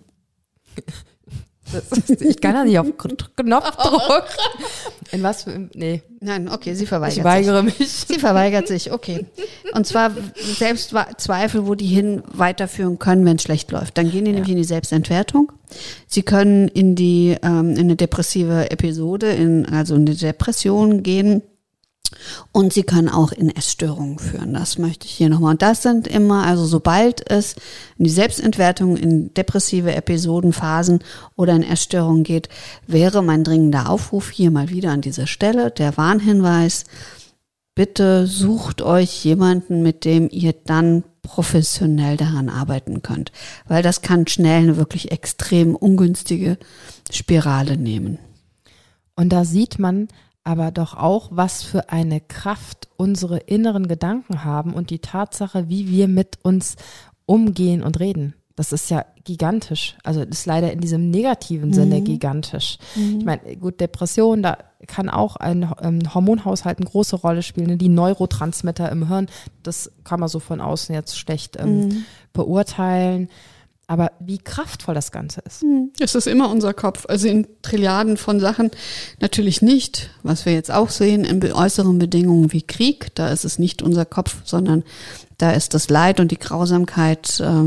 Ich kann ja nicht auf Knopfdruck. In was für, nee. Nein, okay, sie verweigert sich. Ich weigere mich. Sie verweigert sich, okay. Und zwar Selbstzweifel, wo die hin weiterführen können, wenn es schlecht läuft. Dann gehen die nämlich in die Selbstentwertung. Sie können in eine depressive Episode, also in eine Depression gehen. Und sie können auch in Essstörungen führen. Das möchte ich hier nochmal. Und das sind immer, also sobald es in die Selbstentwertung, in depressive Episoden, Phasen oder in Essstörungen geht, wäre mein dringender Aufruf hier mal wieder an dieser Stelle, der Warnhinweis: Bitte sucht euch jemanden, mit dem ihr dann professionell daran arbeiten könnt. Weil das kann schnell eine wirklich extrem ungünstige Spirale nehmen. Und da sieht man aber doch auch, was für eine Kraft unsere inneren Gedanken haben und die Tatsache, wie wir mit uns umgehen und reden. Das ist ja gigantisch. Also das ist leider in diesem negativen Sinne gigantisch. Ich meine, gut, Depression, da kann auch ein Hormonhaushalt eine große Rolle spielen. Die Neurotransmitter im Hirn, das kann man so von außen jetzt schlecht beurteilen. Aber wie kraftvoll das Ganze ist. Es ist immer unser Kopf. Also in Trilliarden von Sachen natürlich nicht, was wir jetzt auch sehen, in äußeren Bedingungen wie Krieg. Da ist es nicht unser Kopf, sondern da ist das Leid und die Grausamkeit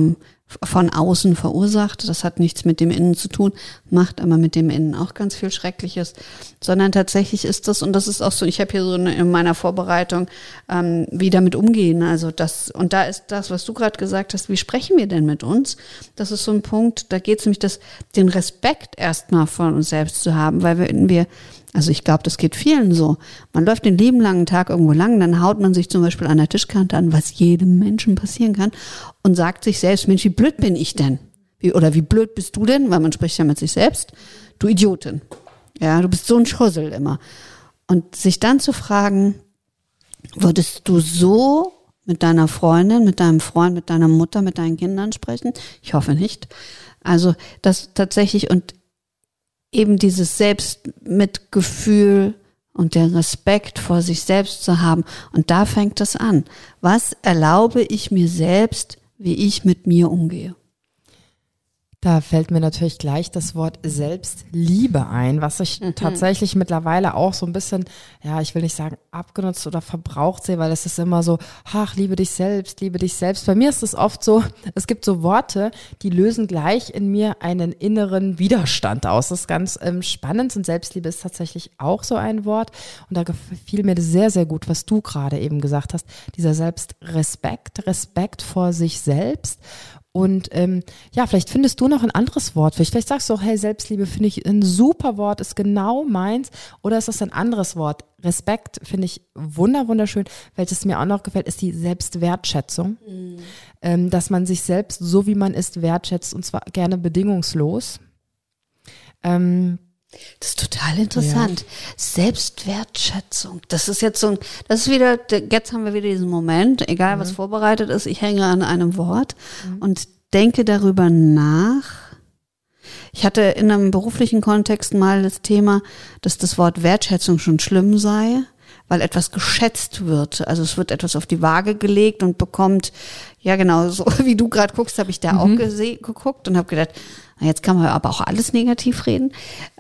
von außen verursacht. Das hat nichts mit dem Innen zu tun, macht aber mit dem Innen auch ganz viel Schreckliches, sondern tatsächlich ist das, und das ist auch so, ich habe hier so in meiner Vorbereitung, wie damit umgehen, also das, und da ist das, was du gerade gesagt hast, wie sprechen wir denn mit uns? Das ist so ein Punkt, da geht es nämlich, den Respekt erstmal von uns selbst zu haben, weil wir also ich glaube, das geht vielen so. Man läuft den lieben langen Tag irgendwo lang, dann haut man sich zum Beispiel an der Tischkante an, was jedem Menschen passieren kann, und sagt sich selbst, Mensch, wie blöd bin ich denn? Wie blöd bist du denn? Weil man spricht ja mit sich selbst. Du Idiotin. Ja, du bist so ein Schussel immer. Und sich dann zu fragen, würdest du so mit deiner Freundin, mit deinem Freund, mit deiner Mutter, mit deinen Kindern sprechen? Ich hoffe nicht. Also das tatsächlich, und eben dieses Selbstmitgefühl und der Respekt vor sich selbst zu haben. Und da fängt es an. Was erlaube ich mir selbst, wie ich mit mir umgehe? Da fällt mir natürlich gleich das Wort Selbstliebe ein, was ich tatsächlich mittlerweile auch so ein bisschen, ja, ich will nicht sagen abgenutzt oder verbraucht sehe, weil es ist immer so, ach, liebe dich selbst, liebe dich selbst. Bei mir ist es oft so, es gibt so Worte, die lösen gleich in mir einen inneren Widerstand aus. Das ist ganz spannend, und Selbstliebe ist tatsächlich auch so ein Wort. Und da gefiel mir das sehr, sehr gut, was du gerade eben gesagt hast, dieser Selbstrespekt, Respekt vor sich selbst. Und ja, vielleicht findest du noch ein anderes Wort. Vielleicht sagst du auch, hey, Selbstliebe finde ich ein super Wort, ist genau meins. Oder ist das ein anderes Wort? Respekt finde ich wunderschön. Welches mir auch noch gefällt, ist die Selbstwertschätzung. Dass man sich selbst, so wie man ist, wertschätzt, und zwar gerne bedingungslos. Das ist total interessant. Ja. Selbstwertschätzung. Das ist jetzt jetzt haben wir wieder diesen Moment, egal was vorbereitet ist, ich hänge an einem Wort und denke darüber nach. Ich hatte in einem beruflichen Kontext mal das Thema, dass das Wort Wertschätzung schon schlimm sei, weil etwas geschätzt wird. Also es wird etwas auf die Waage gelegt und bekommt, ja genau, so wie du gerade guckst, habe ich da auch geguckt und habe gedacht, jetzt kann man aber auch alles negativ reden.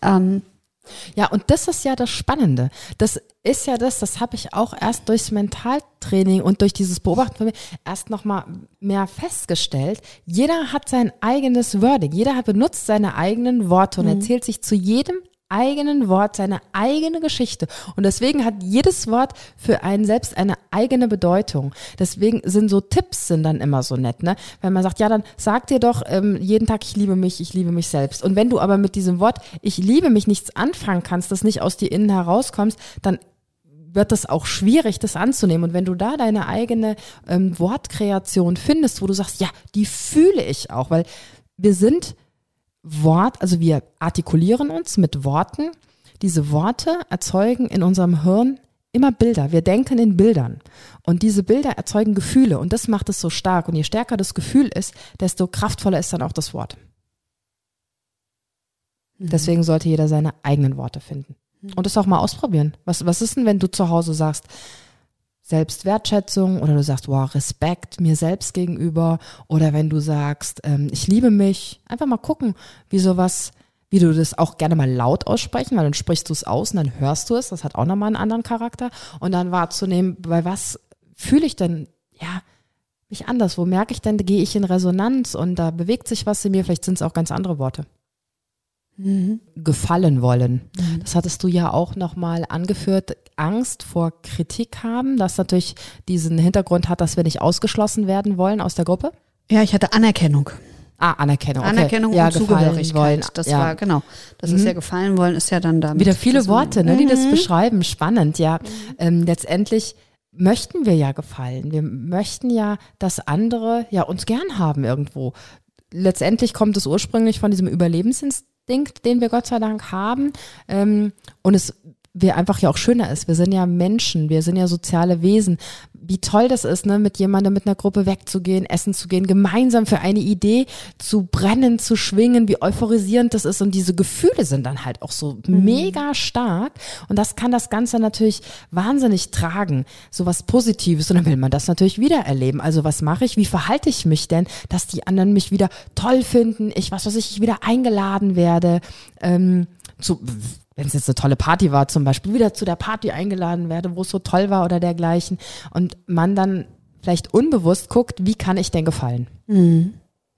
Ja, und das ist ja das Spannende. Das ist ja das habe ich auch erst durchs Mentaltraining und durch dieses Beobachten von mir erst nochmal mehr festgestellt. Jeder hat sein eigenes Wording. Jeder benutzt seine eigenen Worte und erzählt sich zu jedem eigenen Wort seine eigene Geschichte. Und deswegen hat jedes Wort für einen selbst eine eigene Bedeutung. Deswegen sind so Tipps dann immer so nett, ne? Wenn man sagt, ja, dann sag dir doch jeden Tag, ich liebe mich selbst. Und wenn du aber mit diesem Wort, ich liebe mich, nichts anfangen kannst, das nicht aus dir innen herauskommst, dann wird das auch schwierig, das anzunehmen. Und wenn du da deine eigene Wortkreation findest, wo du sagst, ja, die fühle ich auch, weil wir sind also wir artikulieren uns mit Worten. Diese Worte erzeugen in unserem Hirn immer Bilder. Wir denken in Bildern. Und diese Bilder erzeugen Gefühle. Und das macht es so stark. Und je stärker das Gefühl ist, desto kraftvoller ist dann auch das Wort. Deswegen sollte jeder seine eigenen Worte finden. Und das auch mal ausprobieren. Was ist denn, wenn du zu Hause sagst, Selbstwertschätzung, oder du sagst, wow, Respekt mir selbst gegenüber, oder wenn du sagst, ich liebe mich, einfach mal gucken, wie du das auch gerne mal laut aussprechen, weil dann sprichst du es aus und dann hörst du es, das hat auch nochmal einen anderen Charakter, und dann wahrzunehmen, bei was fühle ich denn, ja, mich anders, wo merke ich denn, gehe ich in Resonanz und da bewegt sich was in mir, vielleicht sind es auch ganz andere Worte. Gefallen wollen. Das hattest du ja auch nochmal angeführt, Angst vor Kritik haben, das natürlich diesen Hintergrund hat, dass wir nicht ausgeschlossen werden wollen aus der Gruppe. Ja, ich hatte Anerkennung. Anerkennung. Okay. Anerkennung ja, und Zugehörigkeit. Wollen. Das war, genau. Das ist ja gefallen wollen, ist ja dann damit. Wieder viele Worte, ne, die das beschreiben. Spannend, ja. Letztendlich möchten wir ja gefallen. Wir möchten ja, dass andere ja uns gern haben irgendwo. Letztendlich kommt es ursprünglich von diesem Überlebensinstinkt, den wir Gott sei Dank haben. Und es wir einfach ja auch schöner ist. Wir sind ja Menschen, wir sind ja soziale Wesen. Wie toll das ist, ne, mit jemandem, mit einer Gruppe wegzugehen, essen zu gehen, gemeinsam für eine Idee zu brennen, zu schwingen, wie euphorisierend das ist. Und diese Gefühle sind dann halt auch so mega stark. Und das kann das Ganze natürlich wahnsinnig tragen. So was Positives. Und dann will man das natürlich wieder erleben. Also was mache ich? Wie verhalte ich mich denn, dass die anderen mich wieder toll finden? Ich wieder eingeladen werde, wenn es jetzt eine tolle Party war, zum Beispiel wieder zu der Party eingeladen werde, wo es so toll war oder dergleichen. Und man dann vielleicht unbewusst guckt, wie kann ich denn gefallen?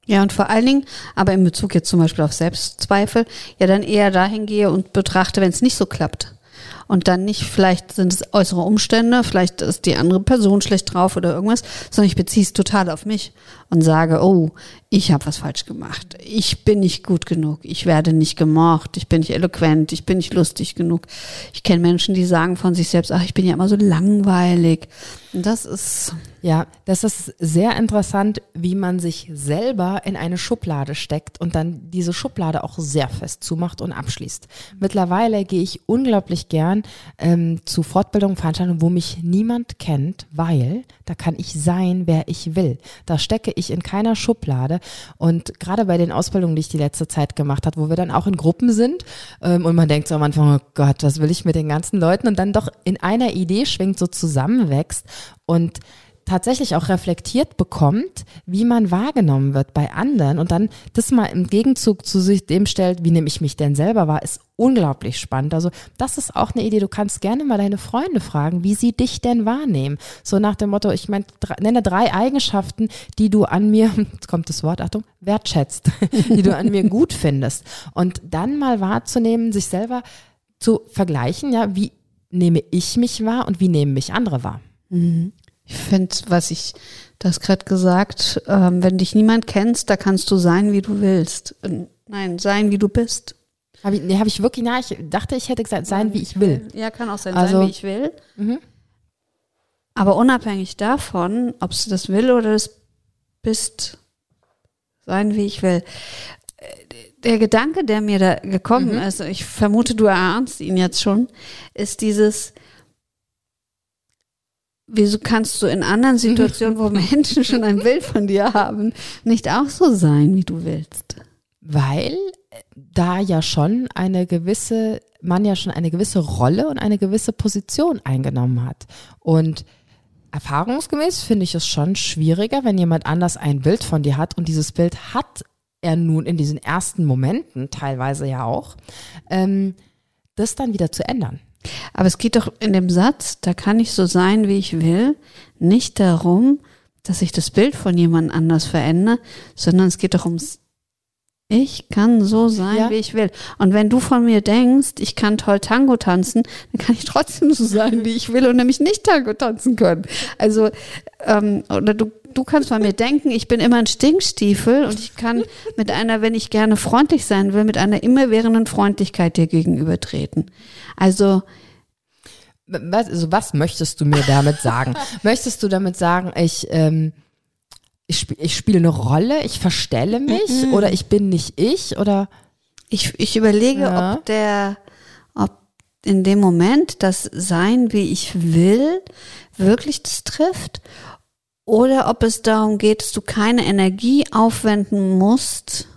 Ja, und vor allen Dingen, aber in Bezug jetzt zum Beispiel auf Selbstzweifel, ja dann eher dahin gehe und betrachte, wenn es nicht so klappt. Und dann nicht, vielleicht sind es äußere Umstände, vielleicht ist die andere Person schlecht drauf oder irgendwas, sondern ich beziehe es total auf mich und sage, oh, ich habe was falsch gemacht. Ich bin nicht gut genug. Ich werde nicht gemocht. Ich bin nicht eloquent. Ich bin nicht lustig genug. Ich kenne Menschen, die sagen von sich selbst, ach, ich bin ja immer so langweilig. Und das ist... Ja, das ist sehr interessant, wie man sich selber in eine Schublade steckt und dann diese Schublade auch sehr fest zumacht und abschließt. Mittlerweile gehe ich unglaublich gern zu Fortbildungen, Veranstaltungen, wo mich niemand kennt, weil da kann ich sein, wer ich will. Da stecke ich in keiner Schublade. Und gerade bei den Ausbildungen, die ich die letzte Zeit gemacht habe, wo wir dann auch in Gruppen sind und man denkt so am Anfang, oh Gott, was will ich mit den ganzen Leuten? Und dann doch in einer Idee schwingt, so zusammenwächst und tatsächlich auch reflektiert bekommt, wie man wahrgenommen wird bei anderen und dann das mal im Gegenzug zu sich dem stellt, wie nehme ich mich denn selber wahr, ist unglaublich spannend. Also das ist auch eine Idee, du kannst gerne mal deine Freunde fragen, wie sie dich denn wahrnehmen. So nach dem Motto, ich meine, nenne 3 Eigenschaften, die du an mir, jetzt kommt das Wort, Achtung, wertschätzt, die du an mir gut findest. Und dann mal wahrzunehmen, sich selber zu vergleichen, ja, wie nehme ich mich wahr und wie nehmen mich andere wahr. Mhm. Ich finde, du hast gerade gesagt, wenn dich niemand kennst, da kannst du sein, wie du willst. Nein, sein, wie du bist. Hab ich wirklich, ich dachte, ich hätte gesagt, sein, wie ich will. Ja, kann auch sein, also, sein, wie ich will. Mhm. Aber unabhängig davon, ob du das will oder das bist, sein, wie ich will. Der Gedanke, der mir da gekommen ist, ich vermute, du erahnst ihn jetzt schon, ist dieses... Wieso kannst du in anderen Situationen, wo Menschen schon ein Bild von dir haben, nicht auch so sein, wie du willst? Weil da ja schon man ja schon eine gewisse Rolle und eine gewisse Position eingenommen hat. Und erfahrungsgemäß finde ich es schon schwieriger, wenn jemand anders ein Bild von dir hat und dieses Bild hat er nun in diesen ersten Momenten, teilweise ja auch, das dann wieder zu ändern. Aber es geht doch in dem Satz, da kann ich so sein, wie ich will, nicht darum, dass ich das Bild von jemand anders verändere, sondern es geht doch ums ich kann so sein, wie ich will. Und wenn du von mir denkst, ich kann toll Tango tanzen, dann kann ich trotzdem so sein, wie ich will und nämlich nicht Tango tanzen können. Also, oder du kannst von mir denken, ich bin immer ein Stinkstiefel und ich kann mit einer, wenn ich gerne freundlich sein will, mit einer immerwährenden Freundlichkeit dir gegenübertreten. Also was möchtest du mir damit sagen? Möchtest du damit sagen, ich spiele eine Rolle, ich verstelle mich oder ich bin nicht ich oder? Ich überlege, ob in dem Moment das Sein, wie ich will, wirklich das trifft oder ob es darum geht, dass du keine Energie aufwenden musst,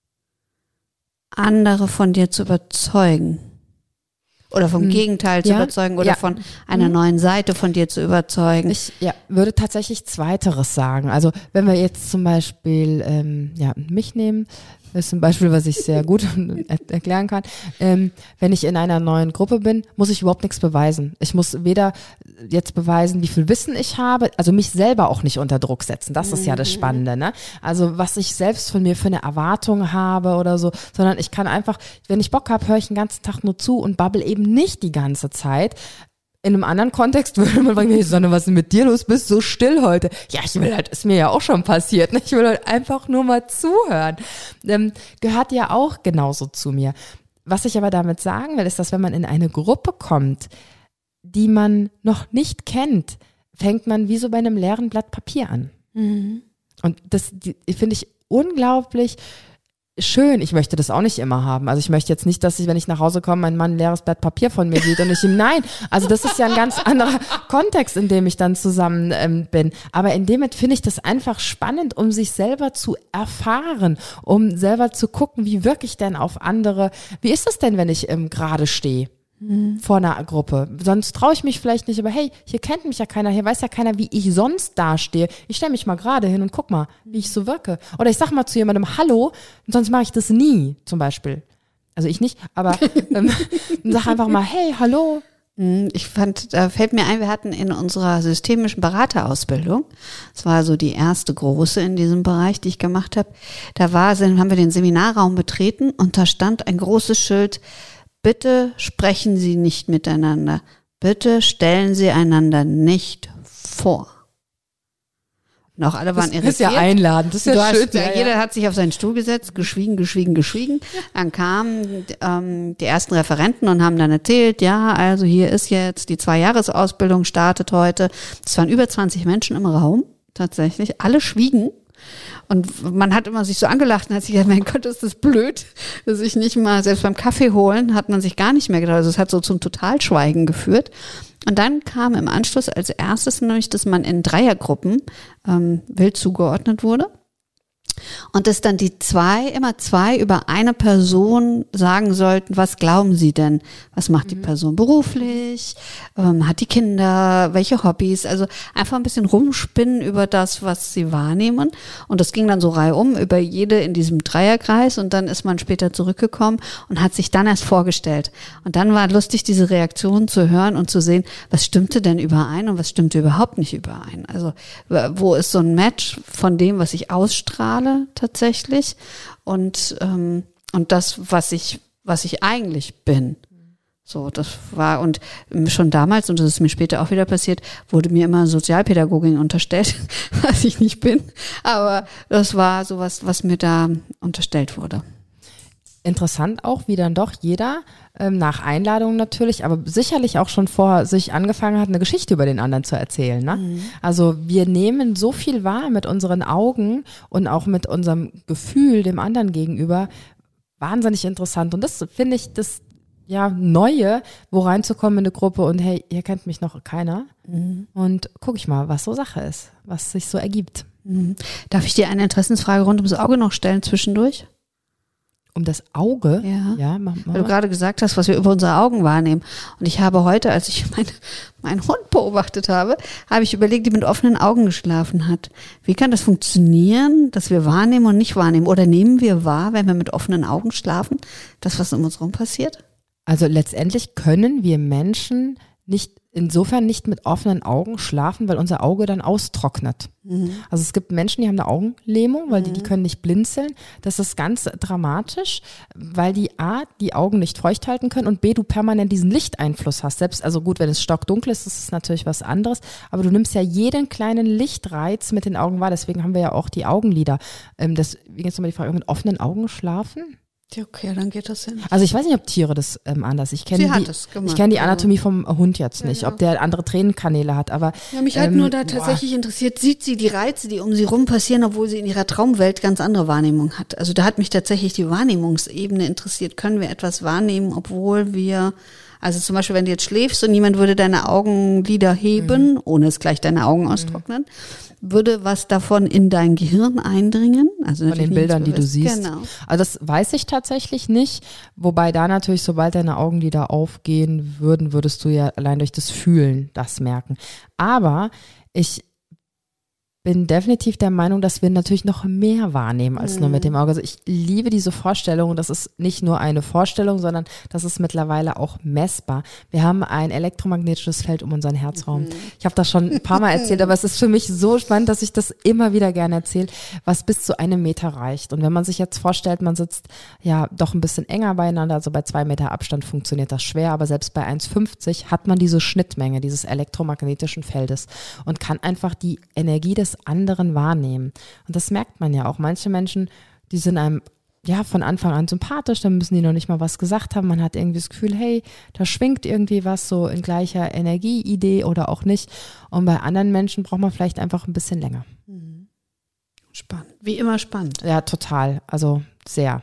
andere von dir zu überzeugen. Oder vom Gegenteil zu überzeugen oder von einer neuen Seite von dir zu überzeugen. Ich würde tatsächlich Zweiteres sagen. Also wenn wir jetzt zum Beispiel mich nehmen, das ist ein Beispiel, was ich sehr gut erklären kann. Wenn ich in einer neuen Gruppe bin, muss ich überhaupt nichts beweisen. Ich muss weder jetzt beweisen, wie viel Wissen ich habe, also mich selber auch nicht unter Druck setzen. Das ist ja das Spannende, ne? Also was ich selbst von mir für eine Erwartung habe oder so, sondern ich kann einfach, wenn ich Bock habe, höre ich den ganzen Tag nur zu und babbel eben nicht die ganze Zeit. In einem anderen Kontext würde man fragen, hey Sonne, was ist denn mit dir los? Bist so still heute. Ja, ich will halt, ist mir ja auch schon passiert. Ne? Ich will halt einfach nur mal zuhören. Gehört ja auch genauso zu mir. Was ich aber damit sagen will, ist, dass wenn man in eine Gruppe kommt, die man noch nicht kennt, fängt man wie so bei einem leeren Blatt Papier an. Mhm. Und das finde ich unglaublich schön. Ich möchte das auch nicht immer haben. Also ich möchte jetzt nicht, dass wenn ich nach Hause komme, mein Mann ein leeres Blatt Papier von mir sieht und ich ihm, nein. Also das ist ja ein ganz anderer Kontext, in dem ich dann zusammen bin. Aber in dem finde ich das einfach spannend, um sich selber zu erfahren, um selber zu gucken, wie wirke ich denn auf andere. Wie ist es denn, wenn ich gerade stehe? Vor einer Gruppe. Sonst traue ich mich vielleicht nicht, aber hey, hier kennt mich ja keiner, hier weiß ja keiner, wie ich sonst dastehe. Ich stelle mich mal gerade hin und guck mal, wie ich so wirke. Oder ich sag mal zu jemandem Hallo, sonst mache ich das nie, zum Beispiel. Also ich nicht, aber sag einfach mal, hey, hallo, Ich fand, da fällt mir ein, wir hatten in unserer systemischen Beraterausbildung, das war so die erste große in diesem Bereich, die ich gemacht habe, haben wir den Seminarraum betreten und da stand ein großes Schild: Bitte sprechen Sie nicht miteinander, bitte stellen Sie einander nicht vor. Und auch alle waren irritiert. Das ist ja einladend, das ist ja schön. Jeder hat sich auf seinen Stuhl gesetzt, geschwiegen. Dann kamen die ersten Referenten und haben dann erzählt, ja, also hier ist jetzt die 2-Jahres-Ausbildung, startet heute. Es waren über 20 Menschen im Raum, tatsächlich. Alle schwiegen. Und man hat immer sich so angelacht und hat sich gedacht, mein Gott, ist das blöd, dass ich nicht mal, selbst beim Kaffee holen, hat man sich gar nicht mehr gedacht. Also es hat so zum Totalschweigen geführt. Und dann kam im Anschluss als erstes nämlich, dass man in Dreiergruppen wild zugeordnet wurde. Und dass dann immer zwei über eine Person sagen sollten, was glauben sie denn? Was macht die Person beruflich? Hat die Kinder? Welche Hobbys? Also einfach ein bisschen rumspinnen über das, was sie wahrnehmen. Und das ging dann so reihum über jede in diesem Dreierkreis. Und dann ist man später zurückgekommen und hat sich dann erst vorgestellt. Und dann war lustig, diese Reaktion zu hören und zu sehen, was stimmte denn überein und was stimmte überhaupt nicht überein. Also wo ist so ein Match von dem, was ich ausstrahle, tatsächlich und das, was ich eigentlich bin. So, das war, und schon damals, und das ist mir später auch wieder passiert, wurde mir immer Sozialpädagogin unterstellt, was ich nicht bin. Aber das war sowas, was mir da unterstellt wurde. Interessant auch, wie dann doch jeder nach Einladung natürlich, aber sicherlich auch schon vorher sich angefangen hat, eine Geschichte über den anderen zu erzählen. Ne? Also wir nehmen so viel wahr mit unseren Augen und auch mit unserem Gefühl dem anderen gegenüber. Wahnsinnig interessant. Und das finde ich das Neue, wo reinzukommen in eine Gruppe und hey, hier kennt mich noch keiner. Und gucke ich mal, was so Sache ist, was sich so ergibt. Darf ich dir eine Interessensfrage rund ums Auge noch stellen zwischendurch? Um das Auge? Ja, mach mal. Weil du gerade gesagt hast, was wir über unsere Augen wahrnehmen. Und ich habe heute, als ich meinen Hund beobachtet habe, habe ich überlegt, die mit offenen Augen geschlafen hat. Wie kann das funktionieren, dass wir wahrnehmen und nicht wahrnehmen? Oder nehmen wir wahr, wenn wir mit offenen Augen schlafen, das, was um uns rum passiert? Also letztendlich können wir Menschen insofern nicht mit offenen Augen schlafen, weil unser Auge dann austrocknet. Also es gibt Menschen, die haben eine Augenlähmung, weil die können nicht blinzeln. Das ist ganz dramatisch, weil die Augen nicht feucht halten können und B, du permanent diesen Lichteinfluss hast. Selbst, also gut, wenn es stockdunkel ist, ist es natürlich was anderes, aber du nimmst ja jeden kleinen Lichtreiz mit den Augen wahr, deswegen haben wir ja auch die Augenlider. Wie jetzt nochmal die Frage, mit offenen Augen schlafen? Ja, okay, dann geht das hin. Also ich weiß nicht, ob Tiere das anders. Ich kenne die Anatomie vom Hund jetzt nicht, ob der andere Tränenkanäle hat, aber ja, mich hat nur da tatsächlich interessiert, sieht sie die Reize, die um sie rum passieren, obwohl sie in ihrer Traumwelt ganz andere Wahrnehmung hat. Also da hat mich tatsächlich die Wahrnehmungsebene interessiert. Können wir etwas wahrnehmen, obwohl wir, also zum Beispiel, wenn du jetzt schläfst und niemand würde deine Augenlider heben, ohne es gleich deine Augen austrocknen, würde was davon in dein Gehirn eindringen? Also von den Bildern, die du siehst. Genau. Also das weiß ich tatsächlich nicht, wobei da natürlich, sobald deine Augenlider aufgehen würden, würdest du ja allein durch das Fühlen das merken. Aber ich bin definitiv der Meinung, dass wir natürlich noch mehr wahrnehmen als nur mit dem Auge. Also ich liebe diese Vorstellung. Das ist nicht nur eine Vorstellung, sondern das ist mittlerweile auch messbar. Wir haben ein elektromagnetisches Feld um unseren Herzraum. Ich habe das schon ein paar Mal erzählt, aber es ist für mich so spannend, dass ich das immer wieder gerne erzähle, was bis zu 1 Meter reicht. Und wenn man sich jetzt vorstellt, man sitzt ja doch ein bisschen enger beieinander, also bei 2 Meter Abstand funktioniert das schwer, aber selbst bei 1,50 hat man diese Schnittmenge dieses elektromagnetischen Feldes und kann einfach die Energie des anderen wahrnehmen. Und das merkt man ja auch. Manche Menschen, die sind einem von Anfang an sympathisch, dann müssen die noch nicht mal was gesagt haben. Man hat irgendwie das Gefühl, hey, da schwingt irgendwie was so in gleicher Energieidee oder auch nicht. Und bei anderen Menschen braucht man vielleicht einfach ein bisschen länger. Spannend. Wie immer spannend. Ja, total. Also sehr.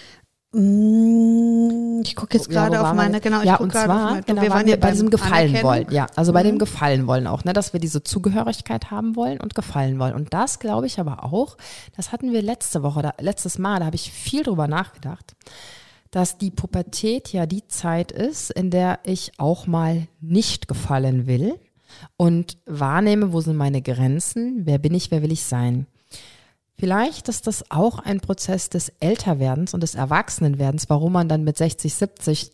Ich gucke jetzt gerade auf meine, wir waren ja bei diesem Gefallen wollen. Ja, also bei dem Gefallen wollen auch, ne, dass wir diese Zugehörigkeit haben wollen und gefallen wollen. Und das glaube ich aber auch, das hatten wir letztes Mal, da habe ich viel drüber nachgedacht, dass die Pubertät ja die Zeit ist, in der ich auch mal nicht gefallen will und wahrnehme, wo sind meine Grenzen, wer bin ich, wer will ich sein. Vielleicht ist das auch ein Prozess des Älterwerdens und des Erwachsenenwerdens, warum man dann mit 60, 70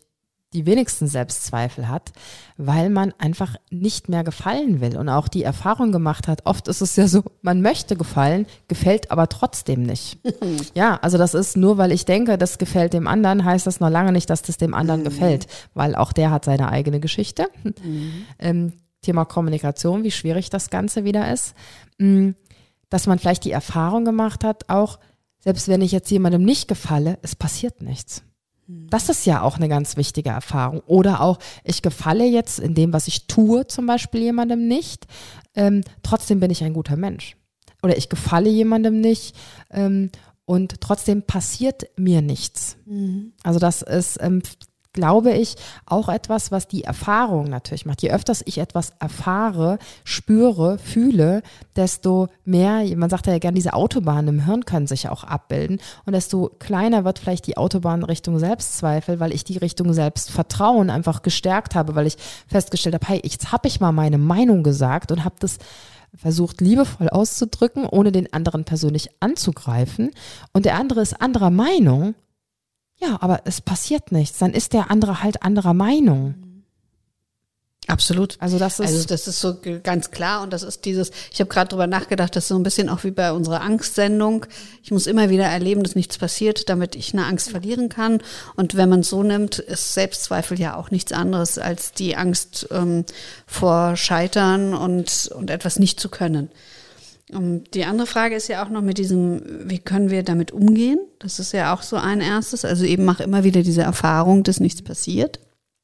die wenigsten Selbstzweifel hat, weil man einfach nicht mehr gefallen will und auch die Erfahrung gemacht hat. Oft ist es ja so, man möchte gefallen, gefällt aber trotzdem nicht. Ja, also das ist nur, weil ich denke, das gefällt dem anderen, heißt das noch lange nicht, dass das dem anderen gefällt, weil auch der hat seine eigene Geschichte. Thema Kommunikation, wie schwierig das Ganze wieder ist. Dass man vielleicht die Erfahrung gemacht hat, auch selbst wenn ich jetzt jemandem nicht gefalle, es passiert nichts. Das ist ja auch eine ganz wichtige Erfahrung. Oder auch, ich gefalle jetzt in dem, was ich tue, zum Beispiel jemandem nicht. Trotzdem bin ich ein guter Mensch. Oder ich gefalle jemandem nicht und trotzdem passiert mir nichts. Also das ist, glaube ich, auch etwas, was die Erfahrung natürlich macht. Je öfters ich etwas erfahre, spüre, fühle, desto mehr, man sagt ja gerne, diese Autobahnen im Hirn können sich auch abbilden und desto kleiner wird vielleicht die Autobahn Richtung Selbstzweifel, weil ich die Richtung Selbstvertrauen einfach gestärkt habe, weil ich festgestellt habe, hey, jetzt habe ich mal meine Meinung gesagt und habe das versucht liebevoll auszudrücken, ohne den anderen persönlich anzugreifen und der andere ist anderer Meinung. Ja, aber es passiert nichts. Dann ist der andere halt anderer Meinung. Absolut. Also das ist so ganz klar und das ist ich habe gerade drüber nachgedacht, das ist so ein bisschen auch wie bei unserer Angstsendung. Ich muss immer wieder erleben, dass nichts passiert, damit ich eine Angst verlieren kann. Und wenn man es so nimmt, ist Selbstzweifel ja auch nichts anderes als die Angst vor Scheitern und etwas nicht zu können. Die andere Frage ist ja auch noch mit diesem, wie können wir damit umgehen? Das ist ja auch so ein erstes. Also eben mach immer wieder diese Erfahrung, dass nichts passiert.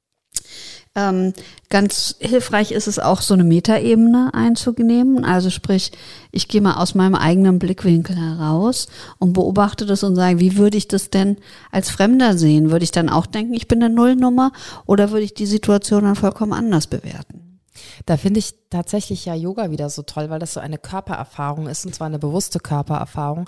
Ganz hilfreich ist es auch, so eine Metaebene einzunehmen. Also sprich, ich gehe mal aus meinem eigenen Blickwinkel heraus und beobachte das und sage, wie würde ich das denn als Fremder sehen? Würde ich dann auch denken, ich bin eine Nullnummer oder würde ich die Situation dann vollkommen anders bewerten? Da finde ich tatsächlich ja Yoga wieder so toll, weil das so eine Körpererfahrung ist, und zwar eine bewusste Körpererfahrung.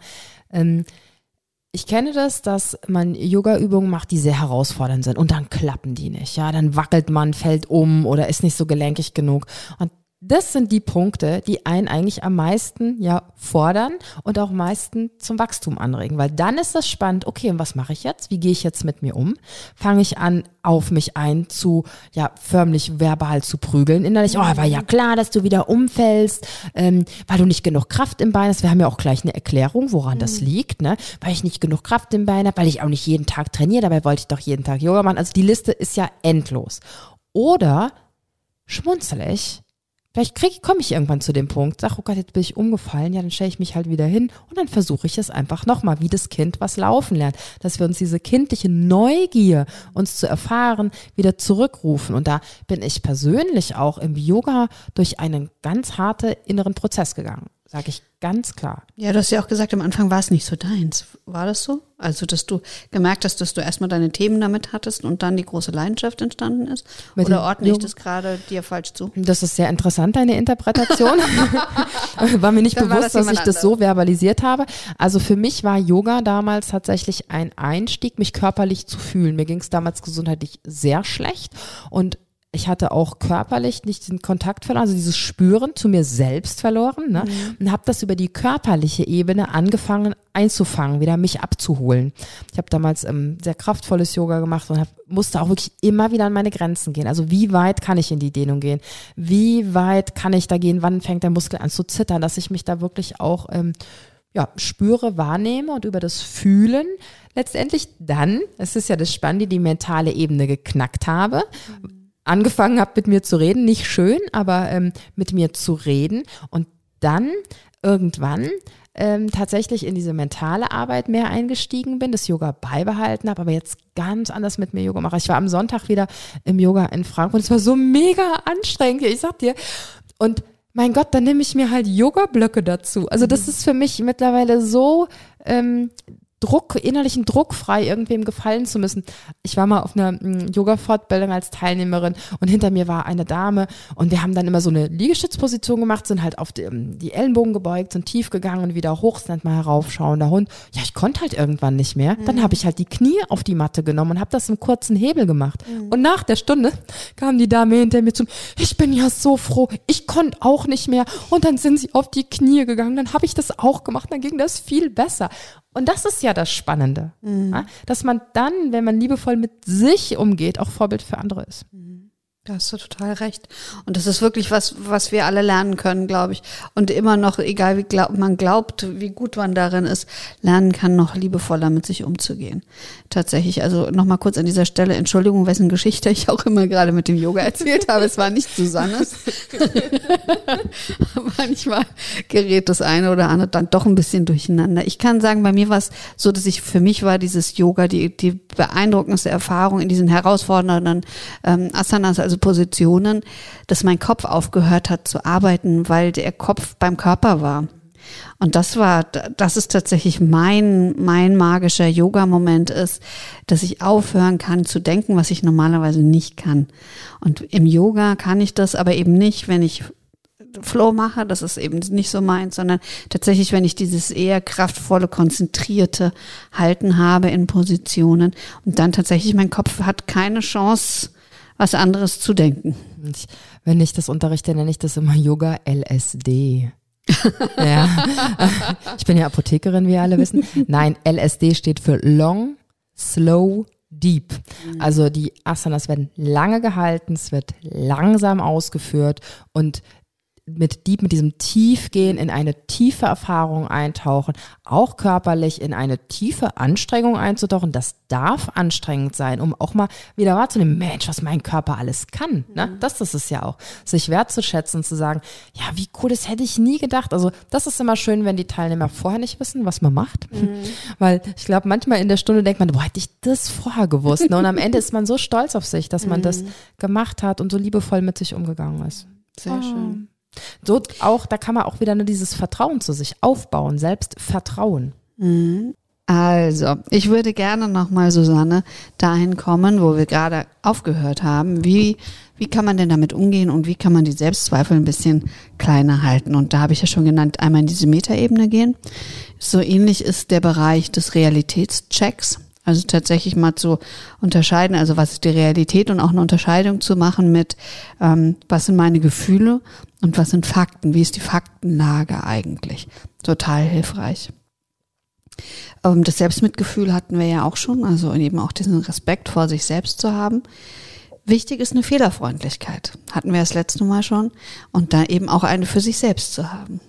Ich kenne das, dass man Yoga-Übungen macht, die sehr herausfordernd sind und dann klappen die nicht. Ja, dann wackelt man, fällt um oder ist nicht so gelenkig genug. Und das sind die Punkte, die einen eigentlich am meisten fordern und auch am meisten zum Wachstum anregen, weil dann ist das spannend, okay, und was mache ich jetzt? Wie gehe ich jetzt mit mir um? Fange ich an, auf mich förmlich verbal zu prügeln, innerlich, war ja klar, dass du wieder umfällst, weil du nicht genug Kraft im Bein hast. Wir haben ja auch gleich eine Erklärung, woran das liegt, ne? Weil ich nicht genug Kraft im Bein habe, weil ich auch nicht jeden Tag trainiere, dabei wollte ich doch jeden Tag Yoga machen. Also die Liste ist ja endlos. Oder schmunzel ich. Vielleicht komme ich irgendwann zu dem Punkt, sag, oh Gott, jetzt bin ich umgefallen, ja, dann stelle ich mich halt wieder hin und dann versuche ich es einfach nochmal, wie das Kind was laufen lernt, dass wir uns diese kindliche Neugier, uns zu erfahren, wieder zurückrufen. Und da bin ich persönlich auch im Yoga durch einen ganz harten inneren Prozess gegangen, sage ich ganz klar. Ja, du hast ja auch gesagt, am Anfang war es nicht so deins. War das so? Also, dass du gemerkt hast, dass du erstmal deine Themen damit hattest und dann die große Leidenschaft entstanden ist? Oder ordne ich das gerade dir falsch zu? Das ist sehr interessant, deine Interpretation. War mir nicht bewusst, dass ich das so verbalisiert habe. Also für mich war Yoga damals tatsächlich ein Einstieg, mich körperlich zu fühlen. Mir ging es damals gesundheitlich sehr schlecht und ich hatte auch körperlich nicht den Kontakt verloren, also dieses Spüren zu mir selbst verloren, ne? Und habe das über die körperliche Ebene angefangen einzufangen, wieder mich abzuholen. Ich habe damals sehr kraftvolles Yoga gemacht und musste auch wirklich immer wieder an meine Grenzen gehen. Also wie weit kann ich in die Dehnung gehen? Wie weit kann ich da gehen? Wann fängt der Muskel an zu zittern? Dass ich mich da wirklich auch spüre, wahrnehme und über das Fühlen letztendlich dann, es ist ja das Spannende, die mentale Ebene geknackt habe, angefangen habe, mit mir zu reden, nicht schön, aber mit mir zu reden und dann irgendwann tatsächlich in diese mentale Arbeit mehr eingestiegen bin, das Yoga beibehalten habe, aber jetzt ganz anders mit mir Yoga mache. Ich war am Sonntag wieder im Yoga in Frankfurt, es war so mega anstrengend, ich sag dir, und mein Gott, dann nehme ich mir halt Yoga-Blöcke dazu. Also das ist für mich mittlerweile so innerlichen Druck frei, irgendwem gefallen zu müssen. Ich war mal auf einer Yoga-Fortbildung als Teilnehmerin und hinter mir war eine Dame und wir haben dann immer so eine Liegestützposition gemacht, sind halt auf die Ellenbogen gebeugt, sind tief gegangen und wieder hoch, sind mal heraufschauender Hund. Ja, ich konnte halt irgendwann nicht mehr. Dann habe ich halt die Knie auf die Matte genommen und habe das im kurzen Hebel gemacht. Und nach der Stunde kam die Dame hinter mir zu, ich bin ja so froh, ich konnte auch nicht mehr. Und dann sind sie auf die Knie gegangen, dann habe ich das auch gemacht, dann ging das viel besser. Und das ist ja das Spannende, ja? Dass man dann, wenn man liebevoll mit sich umgeht, auch Vorbild für andere ist. Da hast du total recht. Und das ist wirklich was wir alle lernen können, glaube ich. Und immer noch, egal wie man glaubt, wie gut man darin ist, lernen kann, noch liebevoller mit sich umzugehen. Tatsächlich, also nochmal kurz an dieser Stelle, Entschuldigung, wessen Geschichte ich auch immer gerade mit dem Yoga erzählt habe. Es war nicht Susannes. Manchmal gerät das eine oder andere dann doch ein bisschen durcheinander. Ich kann sagen, bei mir war es so, für mich war dieses Yoga die beeindruckendste Erfahrung in diesen herausfordernden Asanas, also Positionen, dass mein Kopf aufgehört hat zu arbeiten, weil der Kopf beim Körper war. Und das ist tatsächlich mein magischer Yoga-Moment ist, dass ich aufhören kann zu denken, was ich normalerweise nicht kann. Und im Yoga kann ich das aber eben nicht, wenn ich Flow mache, das ist eben nicht so meins, sondern tatsächlich, wenn ich dieses eher kraftvolle, konzentrierte Halten habe in Positionen und dann tatsächlich mein Kopf hat keine Chance, was anderes zu denken. Wenn ich das unterrichte, nenne ich das immer Yoga LSD. Ja. Ich bin ja Apothekerin, wie ihr alle wissen. Nein, LSD steht für Long, Slow, Deep. Also die Asanas werden lange gehalten, es wird langsam ausgeführt und mit diesem Tiefgehen in eine tiefe Erfahrung eintauchen, auch körperlich in eine tiefe Anstrengung einzutauchen. Das darf anstrengend sein, um auch mal wieder wahrzunehmen, Mensch, was mein Körper alles kann. Ne? Das ist es ja auch. Sich wertzuschätzen und zu sagen, ja, wie cool, das hätte ich nie gedacht. Also das ist immer schön, wenn die Teilnehmer vorher nicht wissen, was man macht. Weil ich glaube, manchmal in der Stunde denkt man, boah, hätte ich das vorher gewusst. Ne? Und am Ende ist man so stolz auf sich, dass man das gemacht hat und so liebevoll mit sich umgegangen ist. Sehr schön. So auch, da kann man auch wieder nur dieses Vertrauen zu sich aufbauen, Selbstvertrauen. Also, ich würde gerne nochmal, Susanne, dahin kommen, wo wir gerade aufgehört haben. Wie kann man denn damit umgehen und wie kann man die Selbstzweifel ein bisschen kleiner halten? Und da habe ich ja schon genannt, einmal in diese Metaebene gehen. So ähnlich ist der Bereich des Realitätschecks. Also tatsächlich mal zu unterscheiden, also was ist die Realität und auch eine Unterscheidung zu machen mit, was sind meine Gefühle und was sind Fakten, wie ist die Faktenlage eigentlich. Total hilfreich. Das Selbstmitgefühl hatten wir ja auch schon, also eben auch diesen Respekt vor sich selbst zu haben. Wichtig ist eine Fehlerfreundlichkeit, hatten wir das letzte Mal schon, und da eben auch eine für sich selbst zu haben.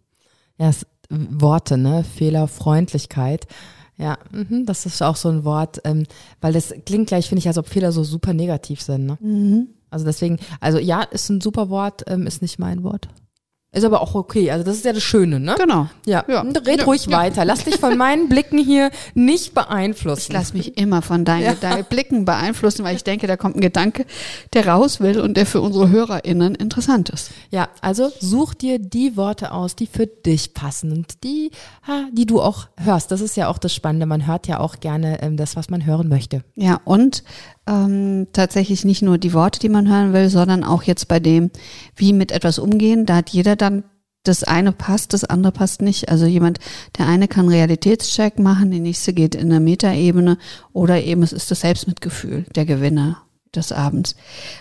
Ja, Worte, ne, Fehlerfreundlichkeit. Ja, das ist auch so ein Wort, weil das klingt gleich, finde ich, als ob Fehler so super negativ sind. Ne? Also deswegen, also ja, ist ein super Wort, ist nicht mein Wort. Ist aber auch okay, also das ist ja das Schöne, ne? Genau. Ja, red ruhig weiter. Lass dich von meinen Blicken hier nicht beeinflussen. Ich lass mich immer von deinen Blicken beeinflussen, weil ich denke, da kommt ein Gedanke, der raus will und der für unsere HörerInnen interessant ist. Ja, also such dir die Worte aus, die für dich passen und die du auch hörst. Das ist ja auch das Spannende, man hört ja auch gerne das, was man hören möchte. Ja, und tatsächlich nicht nur die Worte, die man hören will, sondern auch jetzt bei dem, wie mit etwas umgehen, da hat jeder dann, das eine passt, das andere passt nicht. Also der eine kann Realitätscheck machen, der nächste geht in der Metaebene oder eben es ist das Selbstmitgefühl, der Gewinner des Abends.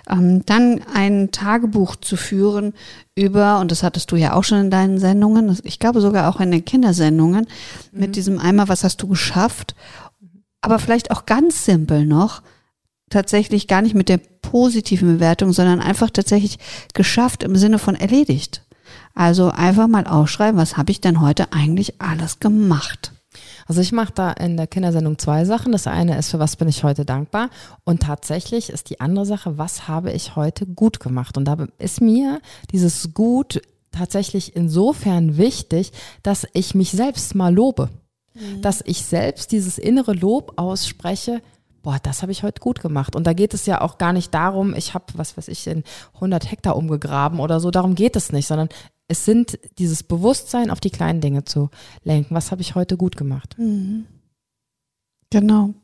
Dann ein Tagebuch zu führen über, und das hattest du ja auch schon in deinen Sendungen, ich glaube sogar auch in den Kindersendungen, mit diesem einmal, was hast du geschafft, aber vielleicht auch ganz simpel noch, tatsächlich gar nicht mit der positiven Bewertung, sondern einfach tatsächlich geschafft im Sinne von erledigt. Also einfach mal aufschreiben, was habe ich denn heute eigentlich alles gemacht? Also ich mache da in der Kindersendung 2 Sachen. Das eine ist, für was bin ich heute dankbar? Und tatsächlich ist die andere Sache, was habe ich heute gut gemacht? Und da ist mir dieses Gut tatsächlich insofern wichtig, dass ich mich selbst mal lobe. Dass ich selbst dieses innere Lob ausspreche, boah, das habe ich heute gut gemacht. Und da geht es ja auch gar nicht darum, ich habe, was weiß ich, in 100 Hektar umgegraben oder so, darum geht es nicht, sondern es sind dieses Bewusstsein auf die kleinen Dinge zu lenken. Was habe ich heute gut gemacht? Genau.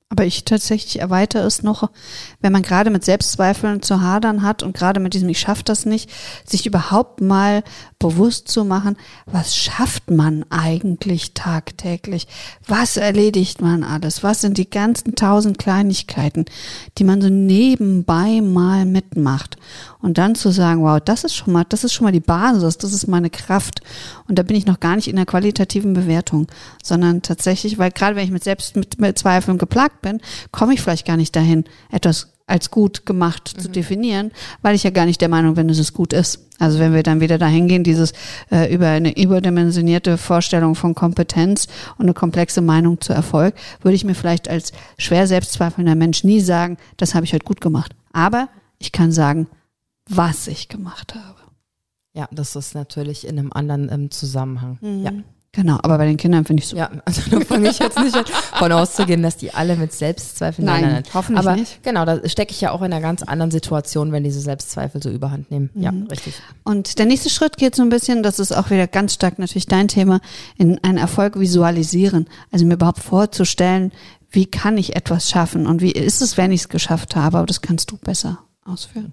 Aber ich tatsächlich erweitere es noch, wenn man gerade mit Selbstzweifeln zu hadern hat und gerade mit diesem ich schaffe das nicht, sich überhaupt mal bewusst zu machen, was schafft man eigentlich tagtäglich? Was erledigt man alles? Was sind die ganzen 1000 Kleinigkeiten, die man so nebenbei mal mitmacht? Und dann zu sagen, wow, das ist schon mal die Basis, das ist meine Kraft. Und da bin ich noch gar nicht in der qualitativen Bewertung, sondern tatsächlich, weil gerade wenn ich mit Selbstzweifeln geplagt bin, komme ich vielleicht gar nicht dahin, etwas als gut gemacht zu definieren, weil ich ja gar nicht der Meinung bin, dass es gut ist. Also wenn wir dann wieder dahin gehen, dieses über eine überdimensionierte Vorstellung von Kompetenz und eine komplexe Meinung zu Erfolg, würde ich mir vielleicht als schwer selbstzweifelnder Mensch nie sagen, das habe ich heute gut gemacht. Aber ich kann sagen, was ich gemacht habe. Ja, das ist natürlich in einem anderen Zusammenhang. Ja. Genau, aber bei den Kindern finde ich so. Ja, also da fange ich jetzt nicht an, von auszugehen, dass die alle mit Selbstzweifeln. Nein, hoffentlich aber nicht. Genau, da stecke ich ja auch in einer ganz anderen Situation, wenn diese Selbstzweifel so überhand nehmen. Ja, richtig. Und der nächste Schritt geht so ein bisschen, das ist auch wieder ganz stark natürlich dein Thema, in einen Erfolg visualisieren. Also mir überhaupt vorzustellen, wie kann ich etwas schaffen und wie ist es, wenn ich es geschafft habe, aber das kannst du besser ausführen.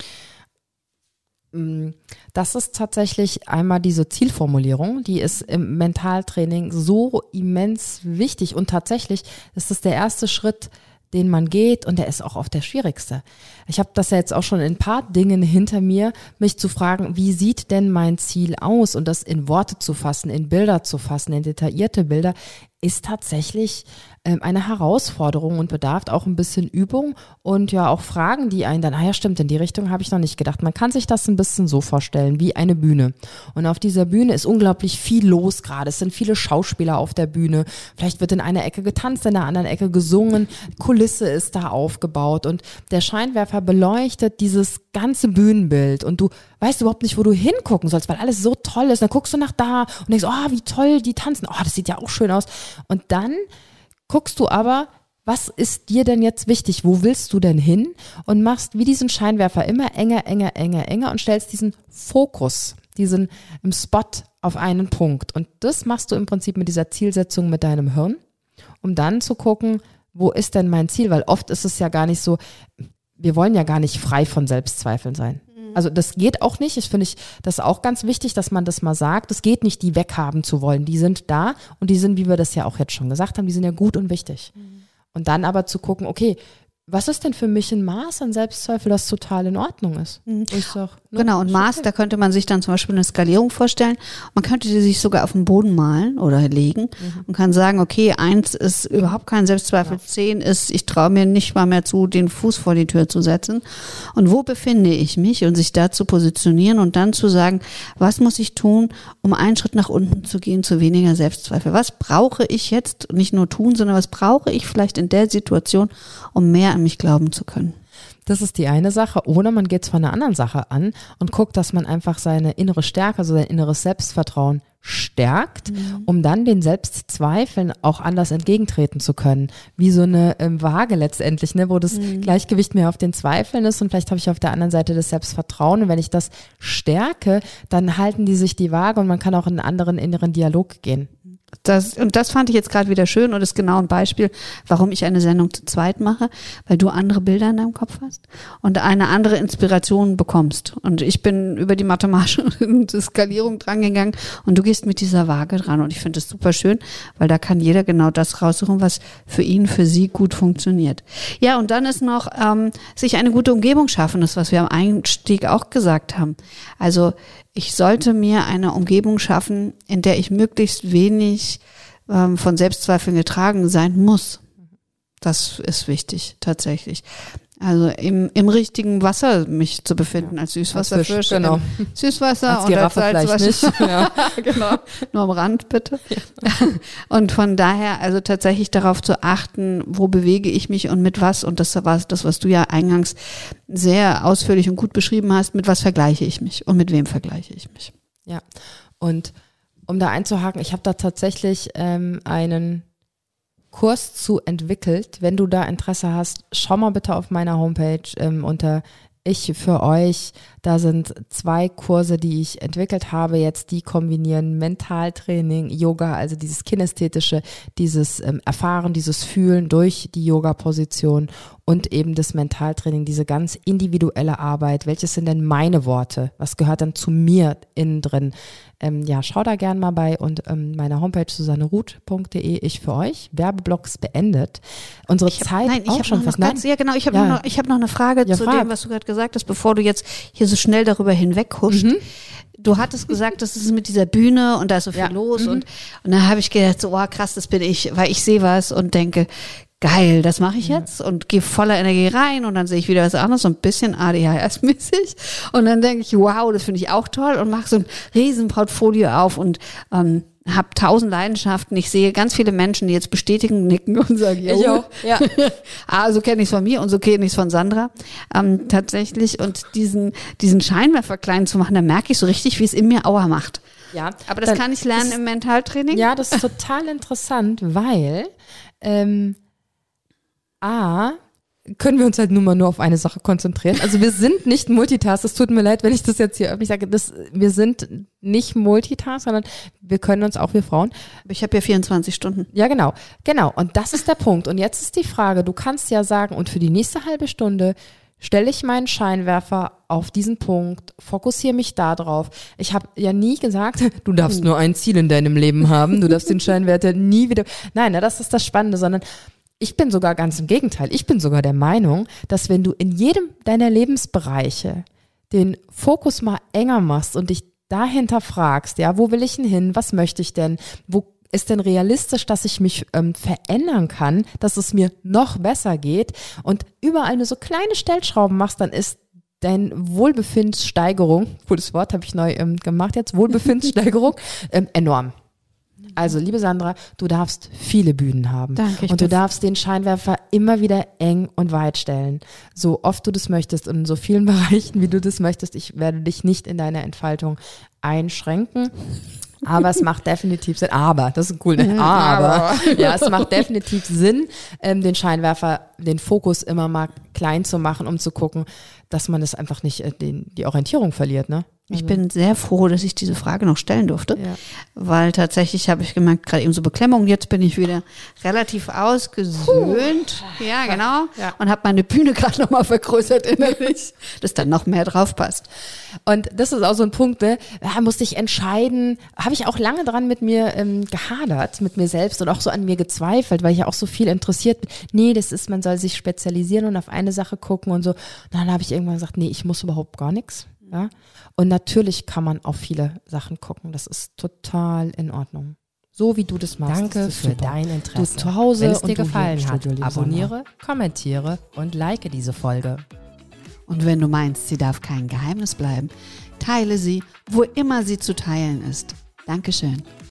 Das ist tatsächlich einmal diese Zielformulierung, die ist im Mentaltraining so immens wichtig und tatsächlich ist das der erste Schritt, den man geht und der ist auch oft der schwierigste. Ich habe das ja jetzt auch schon in ein paar Dingen hinter mir, mich zu fragen, wie sieht denn mein Ziel aus und das in Worte zu fassen, in Bilder zu fassen, in detaillierte Bilder, ist tatsächlich eine Herausforderung und bedarf auch ein bisschen Übung und ja auch Fragen, die einen dann, ja stimmt, in die Richtung habe ich noch nicht gedacht. Man kann sich das ein bisschen so vorstellen, wie eine Bühne. Und auf dieser Bühne ist unglaublich viel los gerade. Es sind viele Schauspieler auf der Bühne. Vielleicht wird in einer Ecke getanzt, in der anderen Ecke gesungen. Kulisse ist da aufgebaut und der Scheinwerfer beleuchtet dieses ganze Bühnenbild und du weißt überhaupt nicht, wo du hingucken sollst, weil alles so toll ist. Dann guckst du nach da und denkst, oh, wie toll die tanzen. Oh, das sieht ja auch schön aus. Und dann guckst du aber, was ist dir denn jetzt wichtig? Wo willst du denn hin? Und machst wie diesen Scheinwerfer immer enger und stellst diesen Fokus, diesen im Spot auf einen Punkt. Und das machst du im Prinzip mit dieser Zielsetzung mit deinem Hirn, um dann zu gucken, wo ist denn mein Ziel? Weil oft ist es ja gar nicht so, wir wollen ja gar nicht frei von Selbstzweifeln sein. Also das geht auch nicht. Ich finde, das ist auch ganz wichtig, dass man das mal sagt. Es geht nicht, die weghaben zu wollen. Die sind da und die sind, wie wir das ja auch jetzt schon gesagt haben, die sind ja gut und wichtig. Und dann aber zu gucken, okay, was ist denn für mich ein Maß an Selbstzweifel, das total in Ordnung ist? Ich sag, Genau, und Maß, da könnte man sich dann zum Beispiel eine Skalierung vorstellen. Man könnte sie sich sogar auf den Boden malen oder legen und kann sagen, okay, 1 ist überhaupt kein Selbstzweifel, 10 ist, ich traue mir nicht mal mehr zu, den Fuß vor die Tür zu setzen. Und wo befinde ich mich? Und sich da zu positionieren und dann zu sagen, was muss ich tun, um einen Schritt nach unten zu gehen, zu weniger Selbstzweifel? Was brauche ich jetzt, nicht nur tun, sondern was brauche ich vielleicht in der Situation, um mehr an mich glauben zu können? Das ist die eine Sache. Oder man geht es von einer anderen Sache an und guckt, dass man einfach seine innere Stärke, also sein inneres Selbstvertrauen stärkt, um dann den Selbstzweifeln auch anders entgegentreten zu können. Wie so eine Waage letztendlich, ne, wo das Gleichgewicht mehr auf den Zweifeln ist und vielleicht habe ich auf der anderen Seite das Selbstvertrauen. Und wenn ich das stärke, dann halten die sich die Waage und man kann auch in einen anderen inneren Dialog gehen. Das fand ich jetzt gerade wieder schön und ist genau ein Beispiel, warum ich eine Sendung zu zweit mache, weil du andere Bilder in deinem Kopf hast und eine andere Inspiration bekommst. Und ich bin über die mathematische Skalierung drangegangen und du gehst mit dieser Waage dran. Und ich finde das super schön, weil da kann jeder genau das raussuchen, was für ihn, für sie gut funktioniert. Ja, und dann ist noch sich eine gute Umgebung schaffen, das, was wir am Einstieg auch gesagt haben. Also ich sollte mir eine Umgebung schaffen, in der ich möglichst wenig von Selbstzweifeln getragen sein muss. Das ist wichtig, tatsächlich. Also im richtigen Wasser mich zu befinden, als Süßwasserfisch. Genau. Süßwasser als und als Giraffe Salzwasser. vielleicht nicht. Ja. Genau. Nur am Rand, bitte. Ja. Und von daher also tatsächlich darauf zu achten, wo bewege ich mich und mit was. Und das war das, was du ja eingangs sehr ausführlich und gut beschrieben hast. Mit was vergleiche ich mich und mit wem vergleiche ich mich? Ja. Und um da einzuhaken, ich habe da tatsächlich einen Kurs zu entwickelt. Wenn du da Interesse hast, schau mal bitte auf meiner Homepage unter Ich für euch, da sind 2 Kurse, die ich entwickelt habe jetzt, die kombinieren Mentaltraining, Yoga, also dieses Kinästhetische, dieses Erfahren, dieses Fühlen durch die Yoga-Position und eben das Mentaltraining, diese ganz individuelle Arbeit. Welches sind denn meine Worte? Was gehört dann zu mir innen drin? Schau da gern mal bei und meiner Homepage susanneruth.de. Ich für euch. Werbeblocks beendet. Unsere Zeit auch schon fast. Ja, genau. Ich habe noch eine Frage zu dem, was du gerade gesagt hast, bevor du jetzt hier so schnell darüber hinweghuscht. Du hattest gesagt, das ist mit dieser Bühne und da ist so viel los und dann habe ich gedacht, so, oh krass, das bin ich, weil ich sehe was und denke, geil, das mache ich jetzt und gehe voller Energie rein und dann sehe ich wieder was anderes, so ein bisschen ADHS-mäßig und dann denke ich, wow, das finde ich auch toll und mache so ein riesen Portfolio auf und habe 1000 Leidenschaften. Ich sehe ganz viele Menschen, die jetzt bestätigen, nicken und sagen, ich auch. Ja. So kenne ich es von mir und so kenne ich es von Sandra. Tatsächlich und diesen Scheinwerfer klein zu machen, da merke ich so richtig, wie es in mir Aua macht. Ja, aber das kann ich lernen im Mentaltraining. Ja, das ist total interessant, weil können wir uns halt nun mal nur auf eine Sache konzentrieren. Also wir sind nicht Multitask, es tut mir leid, wenn ich das jetzt hier öffentlich sage, wir sind nicht Multitask, sondern wir können uns auch, wir Frauen. Ich habe ja 24 Stunden. Ja, genau. Und das ist der Punkt. Und jetzt ist die Frage, du kannst ja sagen, und für die nächste halbe Stunde stelle ich meinen Scheinwerfer auf diesen Punkt, fokussiere mich da drauf. Ich habe ja nie gesagt, du darfst nur ein Ziel in deinem Leben haben, du darfst den Scheinwerfer nie wieder. Nein, das ist das Spannende, sondern ich bin sogar ganz im Gegenteil. Ich bin sogar der Meinung, dass wenn du in jedem deiner Lebensbereiche den Fokus mal enger machst und dich dahinter fragst, ja, wo will ich denn hin? Was möchte ich denn? Wo ist denn realistisch, dass ich mich verändern kann, dass es mir noch besser geht und überall nur so kleine Stellschrauben machst, dann ist dein Wohlbefindenssteigerung, cooles Wort habe ich neu gemacht jetzt, Wohlbefindenssteigerung, enorm. Also, liebe Sandra, du darfst viele Bühnen haben. Danke. Und du darfst den Scheinwerfer immer wieder eng und weit stellen. So oft du das möchtest und in so vielen Bereichen, wie du das möchtest. Ich werde dich nicht in deiner Entfaltung einschränken. Aber es macht definitiv Sinn. Aber, das ist cool, ne? Aber. Ja, es macht definitiv Sinn, den Scheinwerfer, den Fokus immer mal klein zu machen, um zu gucken, dass man das einfach nicht, die Orientierung verliert, ne? Ich bin sehr froh, dass ich diese Frage noch stellen durfte, weil tatsächlich habe ich gemerkt, gerade eben so Beklemmung, jetzt bin ich wieder relativ ausgesöhnt, ja genau, und habe meine Bühne gerade nochmal vergrößert innerlich, dass dann noch mehr drauf passt. Und das ist auch so ein Punkt, ne? Musste ich entscheiden, habe ich auch lange dran mit mir gehadert, mit mir selbst und auch so an mir gezweifelt, weil ich ja auch so viel interessiert bin. Nee, das ist, man soll sich spezialisieren und auf eine Sache gucken und so. Und dann habe ich irgendwann gesagt, nee, ich muss überhaupt gar nichts. Ja? Und natürlich kann man auf viele Sachen gucken. Das ist total in Ordnung. So wie du das machst. Danke für dein Interesse. Du zu Hause. Wenn es dir gefallen hat, Studio, abonniere, kommentiere und like diese Folge. Und wenn du meinst, sie darf kein Geheimnis bleiben, teile sie, wo immer sie zu teilen ist. Dankeschön.